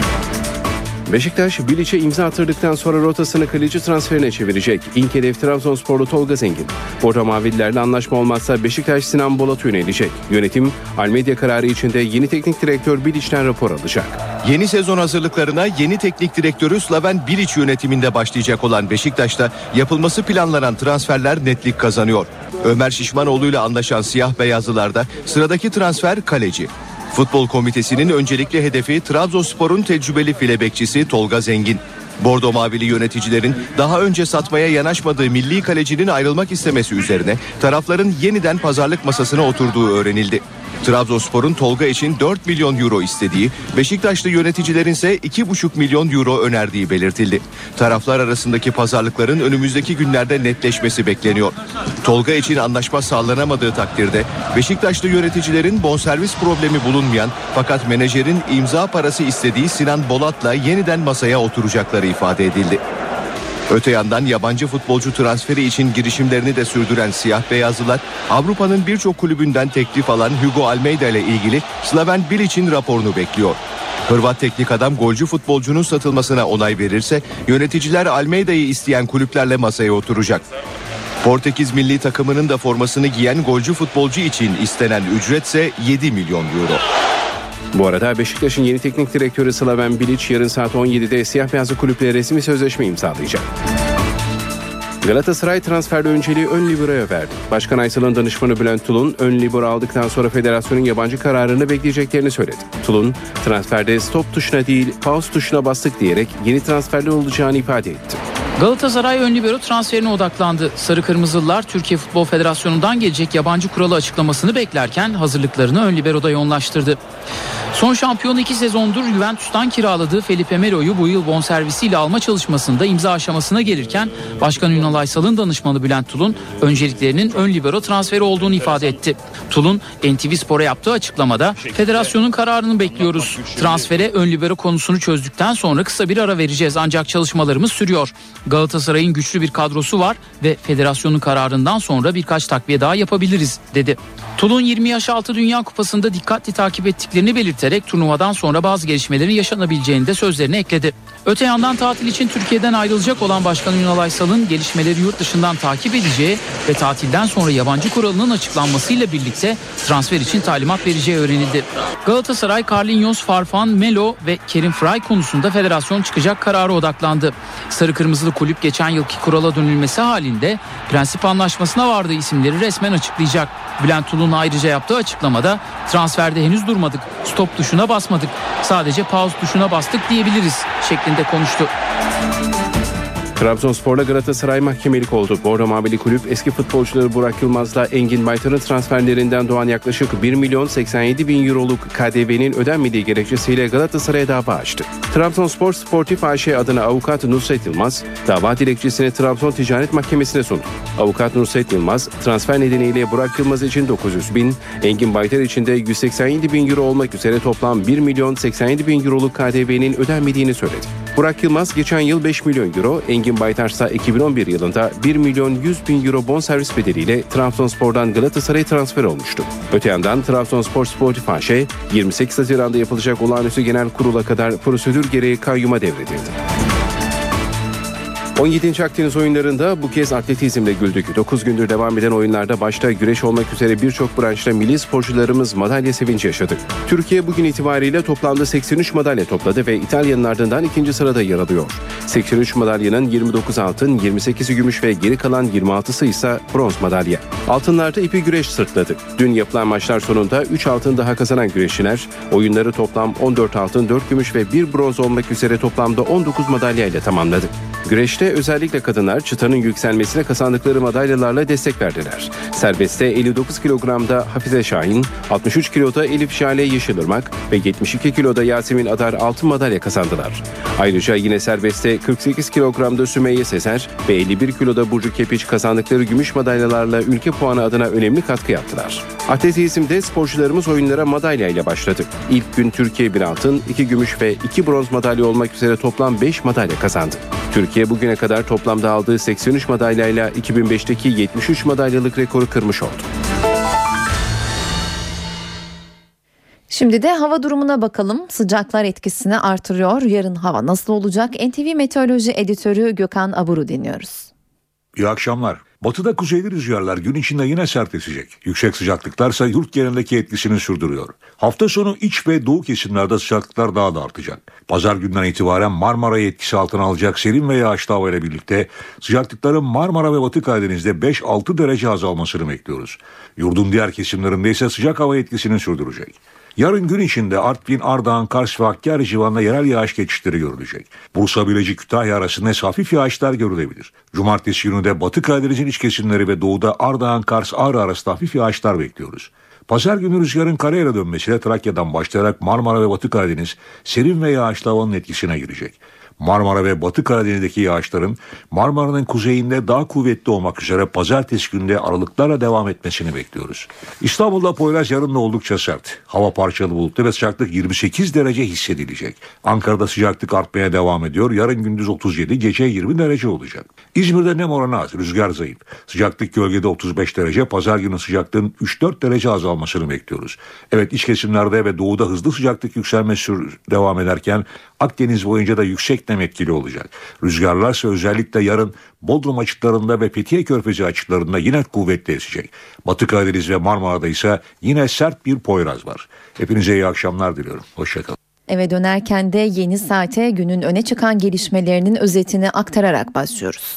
Beşiktaş, Bilic'e imza attırdıktan sonra rotasını kaleci transferine çevirecek. İlk hedef Trabzonsporlu Tolga Zengin. Bordo Mavililerle anlaşma olmazsa Beşiktaş Sinan Bolat'a yönelecek. Yönetim, Almeida kararı içinde yeni teknik direktör Bilic'ten rapor alacak. Yeni sezon hazırlıklarına yeni teknik direktörü Slaven Bilic yönetiminde başlayacak olan Beşiktaş'ta yapılması planlanan transferler netlik kazanıyor. Ömer Şişmanoğlu ile anlaşan siyah beyazlılarda sıradaki transfer kaleci. Futbol Komitesi'nin öncelikli hedefi Trabzonspor'un tecrübeli file bekçisi Tolga Zengin. Bordo Mavili yöneticilerin daha önce satmaya yanaşmadığı milli kalecinin ayrılmak istemesi üzerine tarafların yeniden pazarlık masasına oturduğu öğrenildi. Trabzonspor'un Tolga için dört milyon euro istediği, Beşiktaşlı yöneticilerin ise iki buçuk milyon euro önerdiği belirtildi. Taraflar arasındaki pazarlıkların önümüzdeki günlerde netleşmesi bekleniyor. Tolga için anlaşma sağlanamadığı takdirde Beşiktaşlı yöneticilerin bonservis problemi bulunmayan fakat menajerin imza parası istediği Sinan Bolat'la yeniden masaya oturacakları ifade edildi. Öte yandan yabancı futbolcu transferi için girişimlerini de sürdüren siyah beyazlılar Avrupa'nın birçok kulübünden teklif alan Hugo Almeida ile ilgili Slaven Bilic'in raporunu bekliyor. Hırvat teknik adam golcü futbolcunun satılmasına onay verirse yöneticiler Almeida'yı isteyen kulüplerle masaya oturacak. Portekiz milli takımının da formasını giyen golcü futbolcu için istenen ücretse yedi milyon euro. Bu arada Beşiktaş'ın yeni teknik direktörü Slaven Bilic yarın saat on yedide siyah beyazlı kulüple resmi sözleşme imzalayacak. Galatasaray transferde önceliği ön libero'ya verdi. Başkan Aysal'ın danışmanı Bülent Tulun, ön libero aldıktan sonra federasyonun yabancı kararını bekleyeceklerini söyledi. Tulun, transferde stop tuşuna değil pause tuşuna bastık diyerek yeni transferler olacağını ifade etti. Galatasaray ön libero transferine odaklandı. Sarı Kırmızılılar Türkiye Futbol Federasyonu'ndan gelecek yabancı kuralı açıklamasını beklerken hazırlıklarını ön libero'da yoğunlaştırdı. Son şampiyonu iki sezondur Juventus'tan kiraladığı Felipe Melo'yu bu yıl bonservisiyle alma çalışmasında imza aşamasına gelirken Başkan Ünal Aysal'ın danışmanı Bülent Tulun önceliklerinin ön libero transferi olduğunu ifade etti. Tulun N T V Spor'a yaptığı açıklamada federasyonun kararını bekliyoruz. Transfere ön libero konusunu çözdükten sonra kısa bir ara vereceğiz ancak çalışmalarımız sürüyor. Galatasaray'ın güçlü bir kadrosu var ve federasyonun kararından sonra birkaç takviye daha yapabiliriz dedi. Tulun yirmi yaş altı Dünya Kupası'nda dikkatli takip ettiklerini belirterek turnuvadan sonra bazı gelişmelerin yaşanabileceğini de sözlerine ekledi. Öte yandan tatil için Türkiye'den ayrılacak olan Başkan Ünal Aysal'ın gelişmeleri yurt dışından takip edeceği ve tatilden sonra yabancı kuralının açıklanmasıyla birlikte transfer için talimat vereceği öğrenildi. Galatasaray, Carlinhos, Farfan, Melo ve Kerim Fry konusunda federasyon çıkacak karara odaklandı. Sarı Kırmızılı kulüp geçen yılki kurala dönülmesi halinde prensip anlaşmasına vardığı isimleri resmen açıklayacak. Bülent Tulun ayrıca yaptığı açıklamada transferde henüz durmadık, stop tuşuna basmadık, sadece pause tuşuna bastık diyebiliriz şeklinde konuştu. Trabzonspor'la Galatasaray mahkemelik oldu. Bordo Mavili kulüp eski futbolcuları Burak Yılmaz'la Engin Baytar'ın transferlerinden doğan yaklaşık bir milyon seksen yedi bin euroluk K D V'nin ödenmediği gerekçesiyle Galatasaray'a dava açtı. Trabzonspor Sportif A Ş adına avukat Nusret Yılmaz dava dilekçesini Trabzon Ticaret Mahkemesi'ne sundu. Avukat Nusret Yılmaz transfer nedeniyle Burak Yılmaz için dokuz yüz bin, Engin Baytar için de yüz seksen yedi bin euro olmak üzere toplam bir milyon seksen yedi bin euroluk K D V'nin ödenmediğini söyledi. Burak Yılmaz geçen yıl beş milyon euro, Engin Baytar ise iki bin on bir yılında bir milyon yüz bin euro bonservis bedeliyle Trabzonspor'dan Galatasaray'a transfer olmuştu. Öte yandan Trabzonspor Sportif A Ş yirmi sekiz Haziran'da yapılacak olağanüstü genel kurula kadar prosedür gereği kayyuma devredildi. on yedinci Akdeniz oyunlarında bu kez atletizmle güldük. dokuz gündür devam eden oyunlarda başta güreş olmak üzere birçok branşta milli sporcularımız madalya sevinci yaşadı. Türkiye bugün itibariyle toplamda seksen üç madalya topladı ve İtalya'nın ardından ikinci sırada yer alıyor. seksen üç madalyanın yirmi dokuz altın, yirmi sekizi gümüş ve geri kalan yirmi altısı ise bronz madalya. Altınlarda ipi güreş sırtladı. Dün yapılan maçlar sonunda üç altın daha kazanan güreşçiler oyunları toplam on dört altın, dört gümüş ve bir bronz olmak üzere toplamda on dokuz madalya ile tamamladı. Güreşte özellikle kadınlar çıtanın yükselmesine kazandıkları madalyalarla destek verdiler. Serbestte elli dokuz kilogramda Hafize Şahin, altmış üç kiloda Elif Şale Yeşilırmak ve yetmiş iki kiloda Yasemin Adar altın madalya kazandılar. Ayrıca yine serbestte kırk sekiz kilogramda Sümeyye Sezer ve elli bir kiloda Burcu Kepiç kazandıkları gümüş madalyalarla ülke puanı adına önemli katkı yaptılar. Atletizmde sporcularımız oyunlara madalya ile başladı. İlk gün Türkiye bir altın, iki gümüş ve iki bronz madalya olmak üzere toplam beş madalya kazandı. Türkiye bugüne kadar toplamda aldığı seksen üç madalyayla iki bin beşteki yetmiş üç madalyalık rekoru kırmış oldu. Şimdi de hava durumuna bakalım. Sıcaklar etkisini artırıyor. Yarın hava nasıl olacak? N T V Meteoroloji Editörü Gökhan Abur'u dinliyoruz. İyi akşamlar. Batıda kuzeyli rüzgarlar gün içinde yine sert esecek. Yüksek sıcaklıklarsa yurt genelindeki etkisini sürdürüyor. Hafta sonu iç ve doğu kesimlerde sıcaklıklar daha da artacak. Pazar günden itibaren Marmara'yı etkisi altına alacak serin ve yağışlı hava ile birlikte sıcaklıkların Marmara ve Batı Karadeniz'de beş altı derece azalmasını bekliyoruz. Yurdun diğer kesimlerinde ise sıcak hava etkisini sürdürecek. Yarın gün içinde Artvin, Ardahan, Kars ve Hakkari civarında yerel yağış geçişleri görülecek. Bursa, Bilecik, Kütahya arasında hafif yağışlar görülebilir. Cumartesi günü de Batı Karadeniz'in iç kesimleri ve doğuda Ardahan, Kars, Ağrı arasında hafif yağışlar bekliyoruz. Pazar günü rüzgarın karayela dönmesiyle Trakya'dan başlayarak Marmara ve Batı Karadeniz serin ve yağışlı havanın etkisine girecek. Marmara ve Batı Karadeniz'deki yağışların Marmara'nın kuzeyinde daha kuvvetli olmak üzere pazartesi günde aralıklarla devam etmesini bekliyoruz. İstanbul'da Poyraz yarın da oldukça sert. Hava parçalı bulutlu ve sıcaklık yirmi sekiz derece hissedilecek. Ankara'da sıcaklık artmaya devam ediyor. Yarın gündüz otuz yedi, gece yirmi derece olacak. İzmir'de nem oranı az, rüzgar zayıf. Sıcaklık gölgede otuz beş derece, pazar günü sıcaklığın üç dört derece azalmasını bekliyoruz. Evet, iç kesimlerde ve doğuda hızlı sıcaklık yükselmesi devam ederken Akdeniz boyunca da yüksek nem etkili olacak. Rüzgarlarsa özellikle yarın Bodrum açıklarında ve Fethiye Körfezi açıklarında yine kuvvetli esecek. Batı Karadeniz ve Marmara'da ise yine sert bir Poyraz var. Hepinize iyi akşamlar diliyorum. Hoşçakalın. Eve dönerken de yeni saate günün öne çıkan gelişmelerinin özetini aktararak başlıyoruz.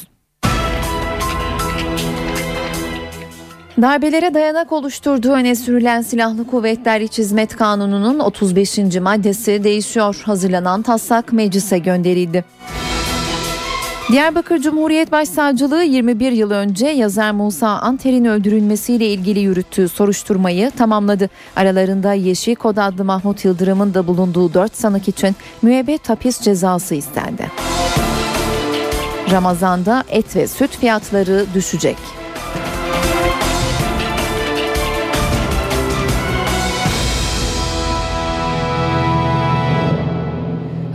Darbelere dayanak oluşturduğu öne sürülen Silahlı Kuvvetler İç Hizmet Kanunu'nun otuz beşinci maddesi değişiyor. Hazırlanan taslak meclise gönderildi. Diyarbakır Cumhuriyet Başsavcılığı yirmi bir yıl önce yazar Musa Anter'in öldürülmesiyle ilgili yürüttüğü soruşturmayı tamamladı. Aralarında Yeşil Kod adlı Mahmut Yıldırım'ın da bulunduğu dört sanık için müebbet hapis cezası istendi. Ramazan'da et ve süt fiyatları düşecek.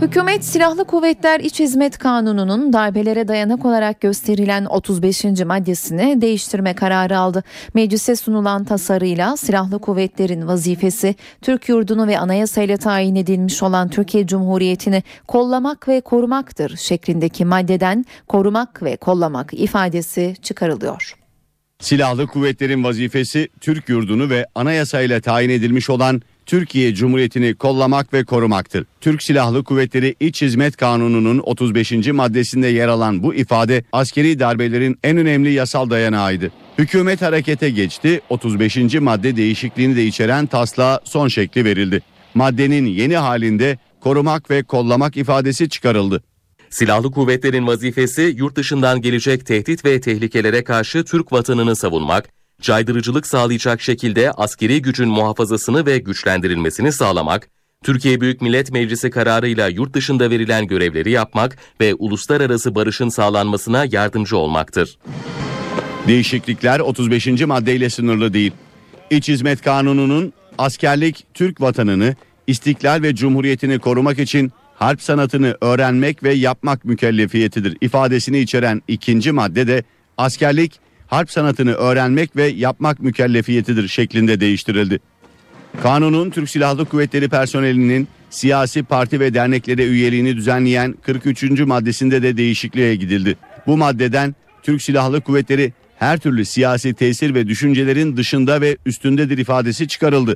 Hükümet Silahlı Kuvvetler İç Hizmet Kanunu'nun darbelere dayanak olarak gösterilen otuz beşinci maddesini değiştirme kararı aldı. Meclise sunulan tasarıyla silahlı kuvvetlerin vazifesi Türk yurdunu ve anayasayla tayin edilmiş olan Türkiye Cumhuriyeti'ni kollamak ve korumaktır şeklindeki maddeden korumak ve kollamak ifadesi çıkarılıyor. Silahlı kuvvetlerin vazifesi Türk yurdunu ve anayasayla tayin edilmiş olan Türkiye Cumhuriyeti'ni kollamak ve korumaktır. Türk Silahlı Kuvvetleri İç Hizmet Kanunu'nun otuz beşinci maddesinde yer alan bu ifade askeri darbelerin en önemli yasal dayanağıydı. Hükümet harekete geçti, otuz beşinci madde değişikliğini de içeren taslağa son şekli verildi. Maddenin yeni halinde korumak ve kollamak ifadesi çıkarıldı. Silahlı kuvvetlerin vazifesi yurt dışından gelecek tehdit ve tehlikelere karşı Türk vatanını savunmak, caydırıcılık sağlayacak şekilde askeri gücün muhafazasını ve güçlendirilmesini sağlamak, Türkiye Büyük Millet Meclisi kararıyla yurt dışında verilen görevleri yapmak ve uluslararası barışın sağlanmasına yardımcı olmaktır. Değişiklikler otuz beşinci maddeyle sınırlı değil. İç Hizmet Kanunu'nun askerlik Türk vatanını, istiklal ve cumhuriyetini korumak için harp sanatını öğrenmek ve yapmak mükellefiyetidir ifadesini içeren ikinci madde de askerlik harp sanatını öğrenmek ve yapmak mükellefiyetidir şeklinde değiştirildi. Kanunun Türk Silahlı Kuvvetleri personelinin siyasi parti ve derneklere üyeliğini düzenleyen kırk üçüncü maddesinde de değişikliğe gidildi. Bu maddeden Türk Silahlı Kuvvetleri her türlü siyasi tesir ve düşüncelerin dışında ve üstündedir ifadesi çıkarıldı.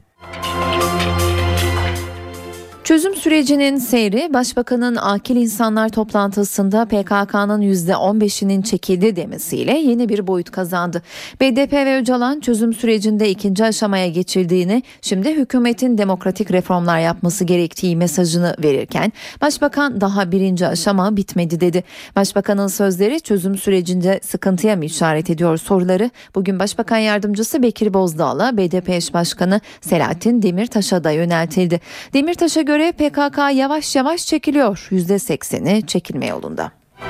Çözüm sürecinin seyri Başbakanın Akil İnsanlar toplantısında P K K'nın yüzde on beşinin çekildi demesiyle yeni bir boyut kazandı. B D P ve Öcalan çözüm sürecinde ikinci aşamaya geçildiğini, şimdi hükümetin demokratik reformlar yapması gerektiği mesajını verirken Başbakan daha birinci aşama bitmedi dedi. Başbakanın sözleri çözüm sürecinde sıkıntıya mı işaret ediyor soruları bugün Başbakan Yardımcısı Bekir Bozdağ'la B D P eş başkanı Selahattin Demirtaş'a da yöneltildi. Demirtaş'a göre P K K yavaş yavaş çekiliyor. yüzde sekseni çekilme yolunda.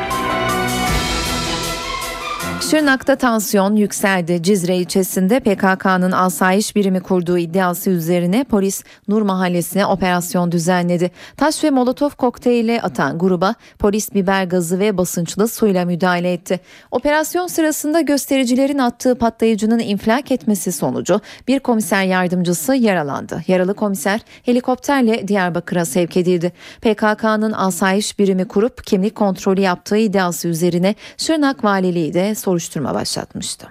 Şırnak'ta tansiyon yükseldi. Cizre ilçesinde P K K'nın asayiş birimi kurduğu iddiası üzerine polis Nur Mahallesi'ne operasyon düzenledi. Taş ve molotof kokteyli atan gruba polis biber gazı ve basınçlı suyla müdahale etti. Operasyon sırasında göstericilerin attığı patlayıcının infilak etmesi sonucu bir komiser yardımcısı yaralandı. Yaralı komiser helikopterle Diyarbakır'a sevk edildi. P K K'nın asayiş birimi kurup kimlik kontrolü yaptığı iddiası üzerine Şırnak Valiliği de soruşturma başlatmıştı.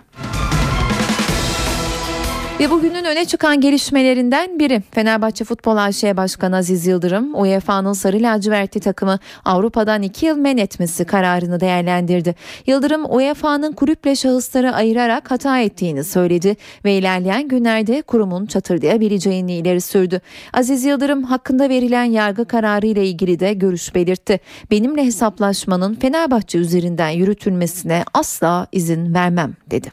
Ve bugünün öne çıkan gelişmelerinden biri Fenerbahçe Futbol A Ş Başkanı Aziz Yıldırım, U E F A'nın sarı lacivertli takımı Avrupa'dan iki yıl men etmesi kararını değerlendirdi. Yıldırım, U E F A'nın kulüple şahısları ayırarak hata ettiğini söyledi ve ilerleyen günlerde kurumun çatırdayabileceğini ileri sürdü. Aziz Yıldırım hakkında verilen yargı kararı ile ilgili de görüş belirtti. Benimle hesaplaşmanın Fenerbahçe üzerinden yürütülmesine asla izin vermem dedi.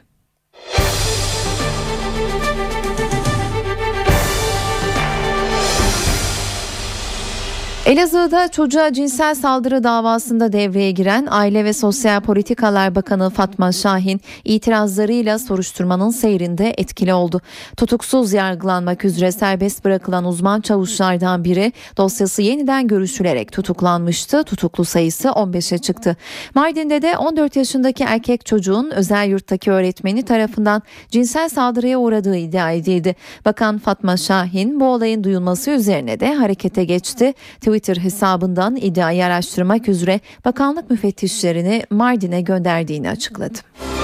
Elazığ'da çocuğa cinsel saldırı davasında devreye giren Aile ve Sosyal Politikalar Bakanı Fatma Şahin itirazlarıyla soruşturmanın seyrinde etkili oldu. Tutuksuz yargılanmak üzere serbest bırakılan uzman çavuşlardan biri dosyası yeniden görüşülerek tutuklanmıştı. Tutuklu sayısı on beşe çıktı. Mardin'de de on dört yaşındaki erkek çocuğun özel yurttaki öğretmeni tarafından cinsel saldırıya uğradığı iddia edildi. Bakan Fatma Şahin bu olayın duyulması üzerine de harekete geçti. Twitter hesabından iddiayı araştırmak üzere bakanlık müfettişlerini Mardin'e gönderdiğini açıkladı.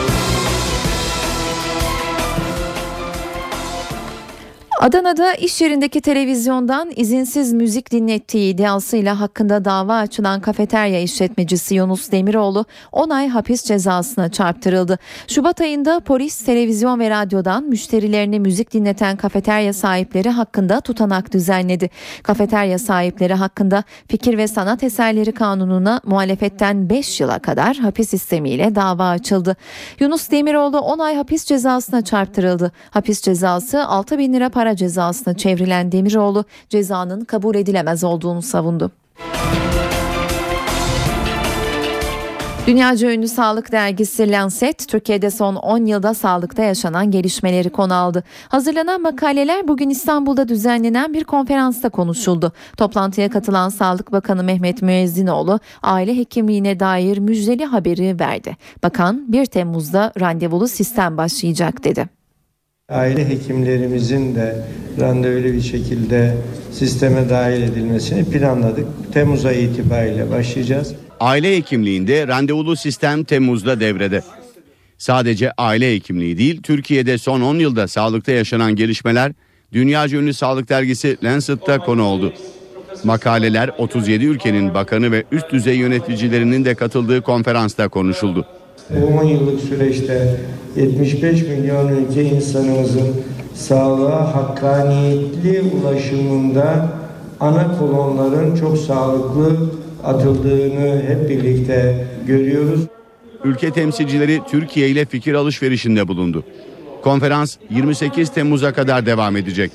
Adana'da iş yerindeki televizyondan izinsiz müzik dinlettiği iddiasıyla hakkında dava açılan kafeterya işletmecisi Yunus Demiroğlu on ay hapis cezasına çarptırıldı. Şubat ayında polis televizyon ve radyodan müşterilerine müzik dinleten kafeterya sahipleri hakkında tutanak düzenledi. Kafeterya sahipleri hakkında Fikir ve Sanat Eserleri Kanunu'na muhalefetten beş yıla kadar hapis istemiyle dava açıldı. Yunus Demiroğlu on ay hapis cezasına çarptırıldı. Hapis cezası altı bin lira para cezasına çevrilen Demiroğlu cezanın kabul edilemez olduğunu savundu. Dünyaca ünlü sağlık dergisi Lancet, Türkiye'de son on yılda sağlıkta yaşanan gelişmeleri konu aldı. Hazırlanan makaleler bugün İstanbul'da düzenlenen bir konferansta konuşuldu. Toplantıya katılan Sağlık Bakanı Mehmet Müezzinoğlu, aile hekimliğine dair müjdeli haberi verdi. Bakan, bir Temmuz'da randevulu sistem başlayacak dedi. Aile hekimlerimizin de randevulu bir şekilde sisteme dahil edilmesini planladık. Temmuz ayı itibariyle başlayacağız. Aile hekimliğinde randevulu sistem Temmuz'da devrede. Sadece aile hekimliği değil, Türkiye'de son on yılda sağlıkta yaşanan gelişmeler dünyaca ünlü sağlık dergisi Lancet'ta konu oldu. Makaleler otuz yedi ülkenin bakanı ve üst düzey yöneticilerinin de katıldığı konferansta konuşuldu. Bu on yıllık süreçte yetmiş beş milyon ülke insanımızın sağlığa hakkaniyetli ulaşımında ana kolonların çok sağlıklı atıldığını hep birlikte görüyoruz. Ülke temsilcileri Türkiye ile fikir alışverişinde bulundu. Konferans yirmi sekiz Temmuz'a kadar devam edecek.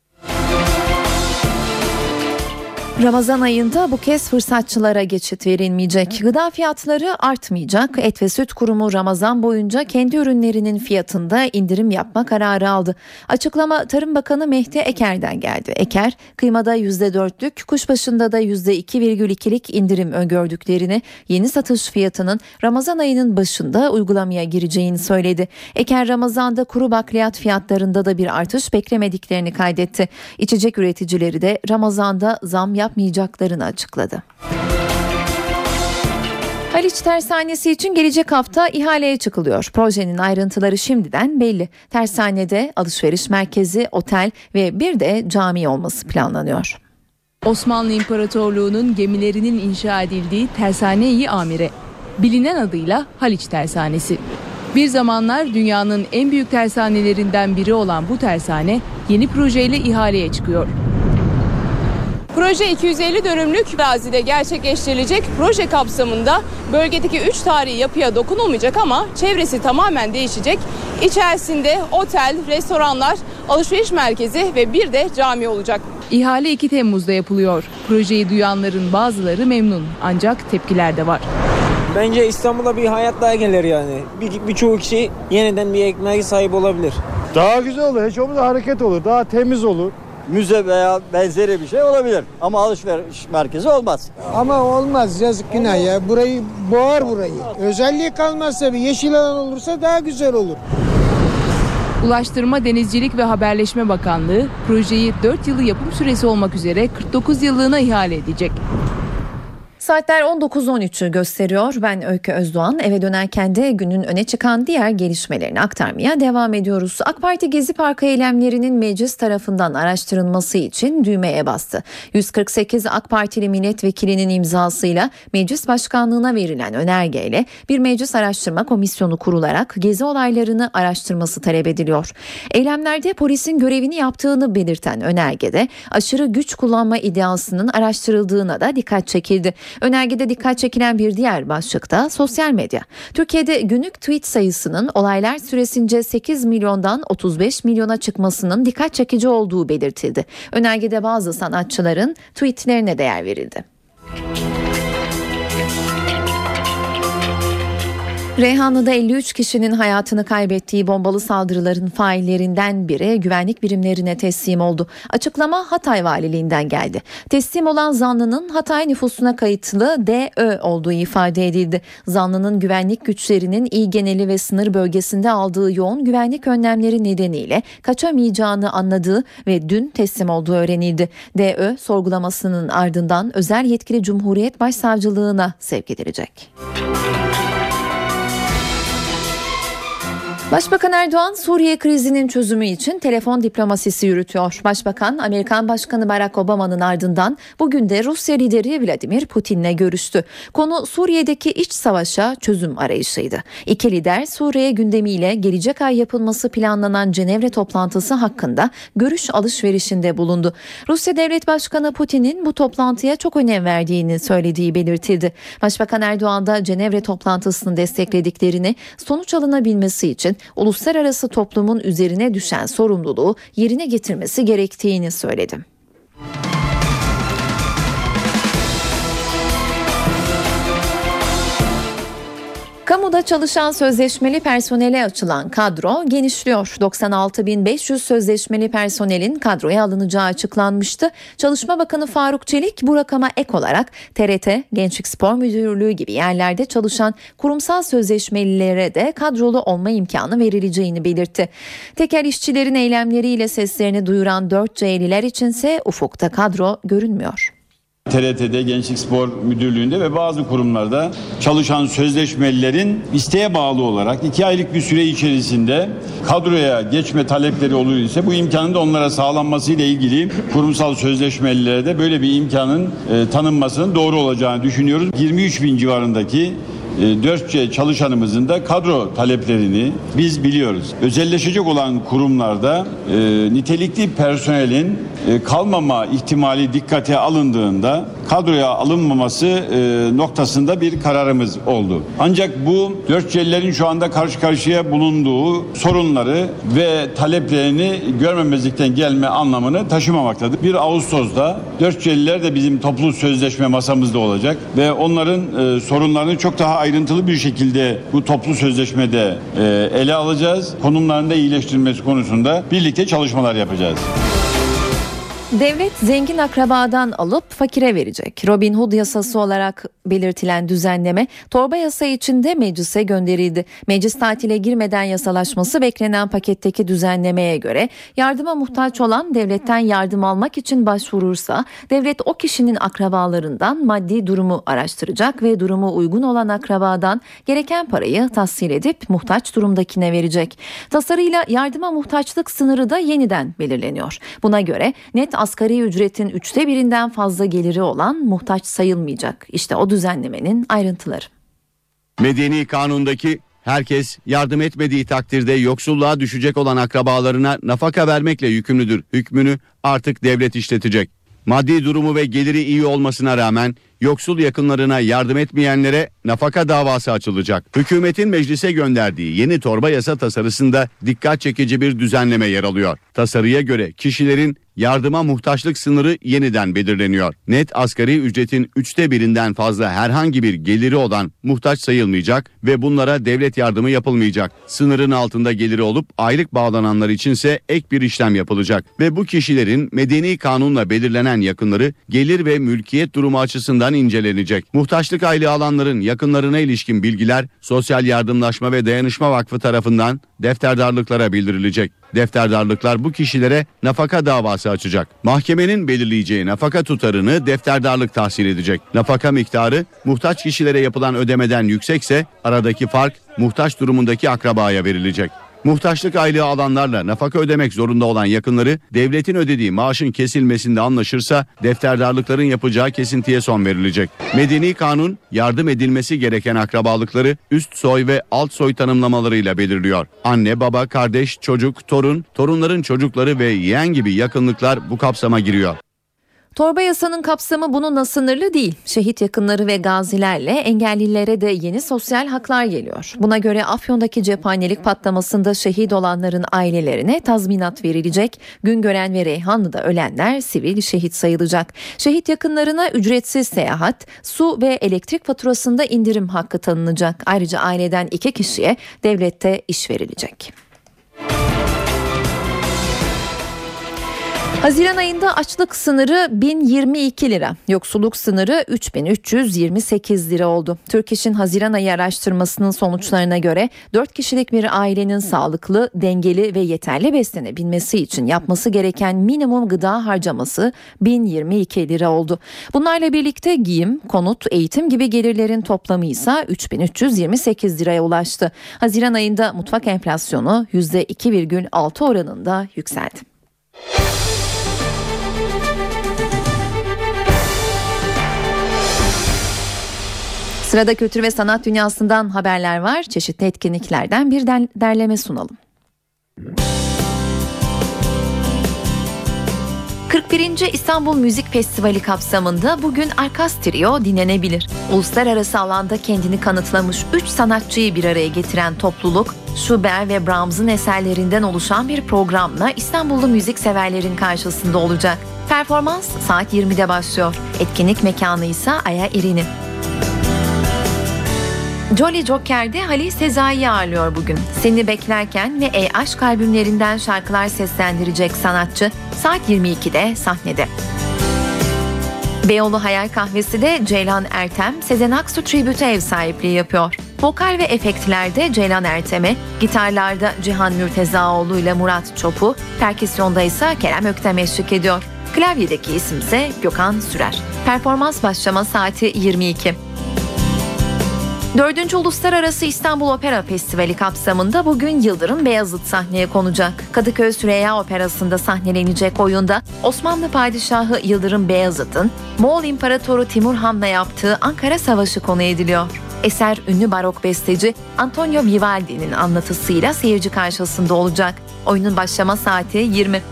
Ramazan ayında bu kez fırsatçılara geçit verilmeyecek. Gıda fiyatları artmayacak. Et ve Süt Kurumu Ramazan boyunca kendi ürünlerinin fiyatında indirim yapma kararı aldı. Açıklama Tarım Bakanı Mehdi Eker'den geldi. Eker, kıymada yüzde dörtlük, kuşbaşında da yüzde iki virgül ikilik indirim öngördüklerini, yeni satış fiyatının Ramazan ayının başında uygulamaya gireceğini söyledi. Eker, Ramazan'da kuru bakliyat fiyatlarında da bir artış beklemediklerini kaydetti. İçecek üreticileri de Ramazan'da zam yapmayacaklarını açıkladı. Haliç Tersanesi için gelecek hafta ihaleye çıkılıyor. Projenin ayrıntıları şimdiden belli. Tersanede alışveriş merkezi, otel ve bir de cami olması planlanıyor. Osmanlı İmparatorluğu'nun gemilerinin inşa edildiği Tersane-i Amire, bilinen adıyla Haliç Tersanesi. Bir zamanlar dünyanın en büyük tersanelerinden biri olan bu tersane yeni projeyle ihaleye çıkıyor. Proje iki yüz elli dönümlük arazide gerçekleştirilecek. Proje kapsamında bölgedeki üç tarihi yapıya dokunulmayacak ama çevresi tamamen değişecek. İçerisinde otel, restoranlar, alışveriş merkezi ve bir de cami olacak. İhale iki Temmuz'da yapılıyor. Projeyi duyanların bazıları memnun, ancak tepkiler de var. Bence İstanbul'a bir hayat daha gelir yani. Bir, birçoğu kişi yeniden bir ekmeğe sahip olabilir. Daha güzel olur, hiç olmazsa hareket olur, daha temiz olur. Müze veya benzeri bir şey olabilir ama alışveriş merkezi olmaz. Ama olmaz, yazık günah ya. Burayı boğar burayı. Özelliği kalmazsa, bir yeşil alan olursa daha güzel olur. Ulaştırma, Denizcilik ve Haberleşme Bakanlığı projeyi dört yılı yapım süresi olmak üzere kırk dokuz yıllığına ihale edecek. Saatler on dokuz on üçü gösteriyor. Ben Öykü Özdoğan. Eve dönerken de günün öne çıkan diğer gelişmelerini aktarmaya devam ediyoruz. AK Parti Gezi Parkı eylemlerinin meclis tarafından araştırılması için düğmeye bastı. yüz kırk sekiz AK Partili milletvekilinin imzasıyla meclis başkanlığına verilen önergeyle bir meclis araştırma komisyonu kurularak gezi olaylarını araştırması talep ediliyor. Eylemlerde polisin görevini yaptığını belirten önergede aşırı güç kullanma iddiasının araştırıldığına da dikkat çekildi. Önergede dikkat çekilen bir diğer başlıkta sosyal medya. Türkiye'de günlük tweet sayısının olaylar süresince sekiz milyondan otuz beş milyona çıkmasının dikkat çekici olduğu belirtildi. Önergede bazı sanatçıların tweetlerine değer verildi. Reyhanlı'da elli üç kişinin hayatını kaybettiği bombalı saldırıların faillerinden biri güvenlik birimlerine teslim oldu. Açıklama Hatay Valiliğinden geldi. Teslim olan zanlının Hatay nüfusuna kayıtlı D Ö olduğu ifade edildi. Zanlının güvenlik güçlerinin il geneli ve sınır bölgesinde aldığı yoğun güvenlik önlemleri nedeniyle kaçamayacağını anladığı ve dün teslim olduğu öğrenildi. D Ö sorgulamasının ardından özel yetkili Cumhuriyet Başsavcılığına sevk edilecek. Başbakan Erdoğan, Suriye krizinin çözümü için telefon diplomasisi yürütüyor. Başbakan, Amerikan Başkanı Barack Obama'nın ardından bugün de Rusya lideri Vladimir Putin'le görüştü. Konu Suriye'deki iç savaşa çözüm arayışıydı. İki lider Suriye gündemiyle gelecek ay yapılması planlanan Cenevre toplantısı hakkında görüş alışverişinde bulundu. Rusya Devlet Başkanı Putin'in bu toplantıya çok önem verdiğini söylediği belirtildi. Başbakan Erdoğan da Cenevre toplantısını desteklediklerini, sonuç alınabilmesi için uluslararası toplumun üzerine düşen sorumluluğu yerine getirmesi gerektiğini söyledi. Kamuda çalışan sözleşmeli personele açılan kadro genişliyor. doksan altı bin beş yüz sözleşmeli personelin kadroya alınacağı açıklanmıştı. Çalışma Bakanı Faruk Çelik bu rakama ek olarak T R T, Gençlik Spor Müdürlüğü gibi yerlerde çalışan kurumsal sözleşmelilere de kadrolu olma imkanı verileceğini belirtti. Tekel işçilerin eylemleriyle seslerini duyuran dört C'liler içinse ufukta kadro görünmüyor. T R T'de, Gençlik Spor Müdürlüğü'nde ve bazı kurumlarda çalışan sözleşmelilerin isteğe bağlı olarak iki aylık bir süre içerisinde kadroya geçme talepleri olur ise bu imkanın da onlara sağlanması ile ilgili kurumsal sözleşmelilere de böyle bir imkanın e, tanınmasının doğru olacağını düşünüyoruz. yirmi üç bin civarındaki dört C çalışanımızın da kadro taleplerini biz biliyoruz. Özelleşecek olan kurumlarda e, nitelikli personelin e, kalmama ihtimali dikkate alındığında kadroya alınmaması e, noktasında bir kararımız oldu. Ancak bu dört C'lilerin şu anda karşı karşıya bulunduğu sorunları ve taleplerini görmemezlikten gelme anlamını taşımamaktadır. bir Ağustos'ta dört C'liler de bizim toplu sözleşme masamızda olacak ve onların e, sorunlarını çok daha ayrıntılı bir şekilde bu toplu sözleşmede e, ele alacağız. Konumlarında iyileştirilmesi konusunda birlikte çalışmalar yapacağız. Devlet zengin akrabadan alıp fakire verecek. Robin Hood yasası olarak belirtilen düzenleme torba yasa içinde meclise gönderildi. Meclis tatile girmeden yasalaşması beklenen paketteki düzenlemeye göre yardıma muhtaç olan devletten yardım almak için başvurursa devlet o kişinin akrabalarından maddi durumu araştıracak ve durumu uygun olan akrabadan gereken parayı tahsil edip muhtaç durumdakine verecek. Tasarıyla yardıma muhtaçlık sınırı da yeniden belirleniyor. Buna göre net asgari ücretin üçte birinden fazla geliri olan muhtaç sayılmayacak. İşte o düzenlemenin ayrıntıları. Medeni kanundaki herkes yardım etmediği takdirde yoksulluğa düşecek olan akrabalarına nafaka vermekle yükümlüdür hükmünü artık devlet işletecek. Maddi durumu ve geliri iyi olmasına rağmen yoksul yakınlarına yardım etmeyenlere nafaka davası açılacak. Hükümetin meclise gönderdiği yeni torba yasa tasarısında dikkat çekici bir düzenleme yer alıyor. Tasarıya göre kişilerin yardıma muhtaçlık sınırı yeniden belirleniyor. Net asgari ücretin üçte birinden fazla herhangi bir geliri olan muhtaç sayılmayacak ve bunlara devlet yardımı yapılmayacak. Sınırın altında geliri olup aylık bağlananlar içinse ek bir işlem yapılacak ve bu kişilerin medeni kanunla belirlenen yakınları gelir ve mülkiyet durumu açısından incelenecek. Muhtaçlık aylığı alanların yakınlarına ilişkin bilgiler Sosyal Yardımlaşma ve Dayanışma Vakfı tarafından defterdarlıklara bildirilecek. Defterdarlıklar bu kişilere nafaka davası açacak. Mahkemenin belirleyeceği nafaka tutarını defterdarlık tahsil edecek. Nafaka miktarı muhtaç kişilere yapılan ödemeden yüksekse aradaki fark muhtaç durumundaki akrabaya verilecek. Muhtaçlık aylığı alanlarla nafaka ödemek zorunda olan yakınları devletin ödediği maaşın kesilmesinde anlaşırsa defterdarlıkların yapacağı kesintiye son verilecek. Medeni kanun yardım edilmesi gereken akrabalıkları üst soy ve alt soy tanımlamalarıyla belirliyor. Anne, baba, kardeş, çocuk, torun, torunların çocukları ve yeğen gibi yakınlıklar bu kapsama giriyor. Torba yasanın kapsamı bununla sınırlı değil. Şehit yakınları ve gazilerle engellilere de yeni sosyal haklar geliyor. Buna göre Afyon'daki cephanelik patlamasında şehit olanların ailelerine tazminat verilecek. Güngören ve Reyhanlı'da ölenler sivil şehit sayılacak. Şehit yakınlarına ücretsiz seyahat, su ve elektrik faturasında indirim hakkı tanınacak. Ayrıca aileden iki kişiye devlette iş verilecek. Haziran ayında açlık sınırı bin yirmi iki lira, yoksulluk sınırı üç bin üç yüz yirmi sekiz lira oldu. Türk İş'in Haziran ayı araştırmasının sonuçlarına göre dört kişilik bir ailenin sağlıklı, dengeli ve yeterli beslenebilmesi için yapması gereken minimum gıda harcaması bin yirmi iki lira oldu. Bunlarla birlikte giyim, konut, eğitim gibi gelirlerin toplamı ise üç bin üç yüz yirmi sekiz liraya ulaştı. Haziran ayında mutfak enflasyonu yüzde iki virgül altı oranında yükseldi. Sırada kültür ve sanat dünyasından haberler var. Çeşitli etkinliklerden bir derleme sunalım. kırk birinci İstanbul Müzik Festivali kapsamında bugün Arkas Trio dinlenebilir. Uluslararası alanda kendini kanıtlamış üç sanatçıyı bir araya getiren topluluk, Schubert ve Brahms'ın eserlerinden oluşan bir programla İstanbullu müzik severlerin karşısında olacak. Performans saat yirmide başlıyor. Etkinlik mekanı ise Aya İri'nin. Jolly Joker'de Halil Sezai'yi ağırlıyor bugün. Seni beklerken ve Ey Aşk albümlerinden şarkılar seslendirecek sanatçı saat yirmi ikide sahnede. Beyoğlu Hayal Kahvesi'de Ceylan Ertem, Sezen Aksu tribütü ev sahipliği yapıyor. Vokal ve efektlerde Ceylan Ertem'e, gitarlarda Cihan Mürtezaoğlu ile Murat Çopu, perküsyonda ise Kerem Öktem eşlik ediyor. Klavyedeki isim ise Gökhan Sürer. Performans başlama saati yirmi iki. dördüncü Uluslararası İstanbul Opera Festivali kapsamında bugün Yıldırım Beyazıt sahneye konacak. Kadıköy Süreyya Operası'nda sahnelenecek oyunda Osmanlı Padişahı Yıldırım Beyazıt'ın Moğol İmparatoru Timur Han'la yaptığı Ankara Savaşı konu ediliyor. Eser ünlü barok besteci Antonio Vivaldi'nin anlatısıyla seyirci karşısında olacak. Oyunun başlama saati yirmi.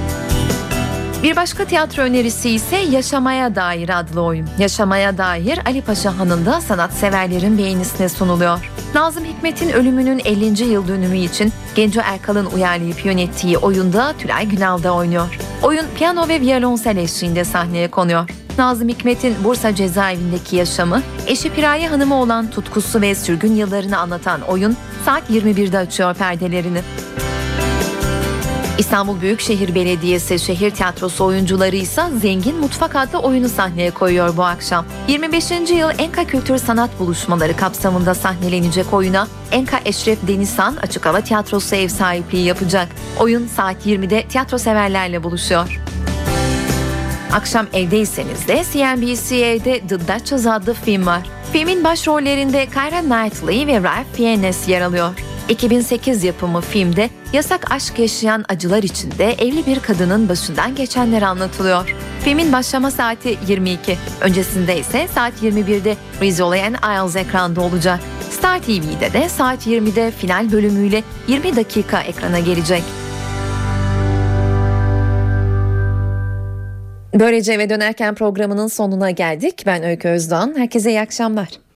Bir başka tiyatro önerisi ise Yaşamaya Dair adlı oyun. Yaşamaya Dair Ali Paşa Hanı'nda sanatseverlerin beğenisine sunuluyor. Nazım Hikmet'in ölümünün ellinci yıl dönümü için Genco Erkal'ın uyarlayıp yönettiği oyunda Tülay Günal da oynuyor. Oyun piyano ve violonsel eşliğinde sahneye konuyor. Nazım Hikmet'in Bursa cezaevindeki yaşamı, eşi Piraye Hanım'a olan tutkusu ve sürgün yıllarını anlatan oyun saat yirmi birde açıyor perdelerini. İstanbul Büyükşehir Belediyesi Şehir Tiyatrosu oyuncuları ise Zengin Mutfak adlı oyunu sahneye koyuyor bu akşam. yirmi beşinci yıl Enka Kültür Sanat Buluşmaları kapsamında sahnelenecek oyuna Enka Eşref Denizhan Açık Hava Tiyatrosu ev sahipliği yapacak. Oyun saat yirmide tiyatro severlerle buluşuyor. Akşam evdeyseniz de C N B C'de The Duchess adlı film var. Filmin başrollerinde Keira Knightley ve Ralph Fiennes yer alıyor. iki bin sekiz yapımı filmde yasak aşk yaşayan acılar içinde evli bir kadının başından geçenler anlatılıyor. Filmin başlama saati yirmi iki. Öncesinde ise saat yirmi birde Rizzoli and Isles ekranda olacak. Star T V'de de saat yirmide final bölümüyle yirmi dakika ekrana gelecek. Böylece eve dönerken programının sonuna geldik. Ben Öykü Özdoğan. Herkese iyi akşamlar.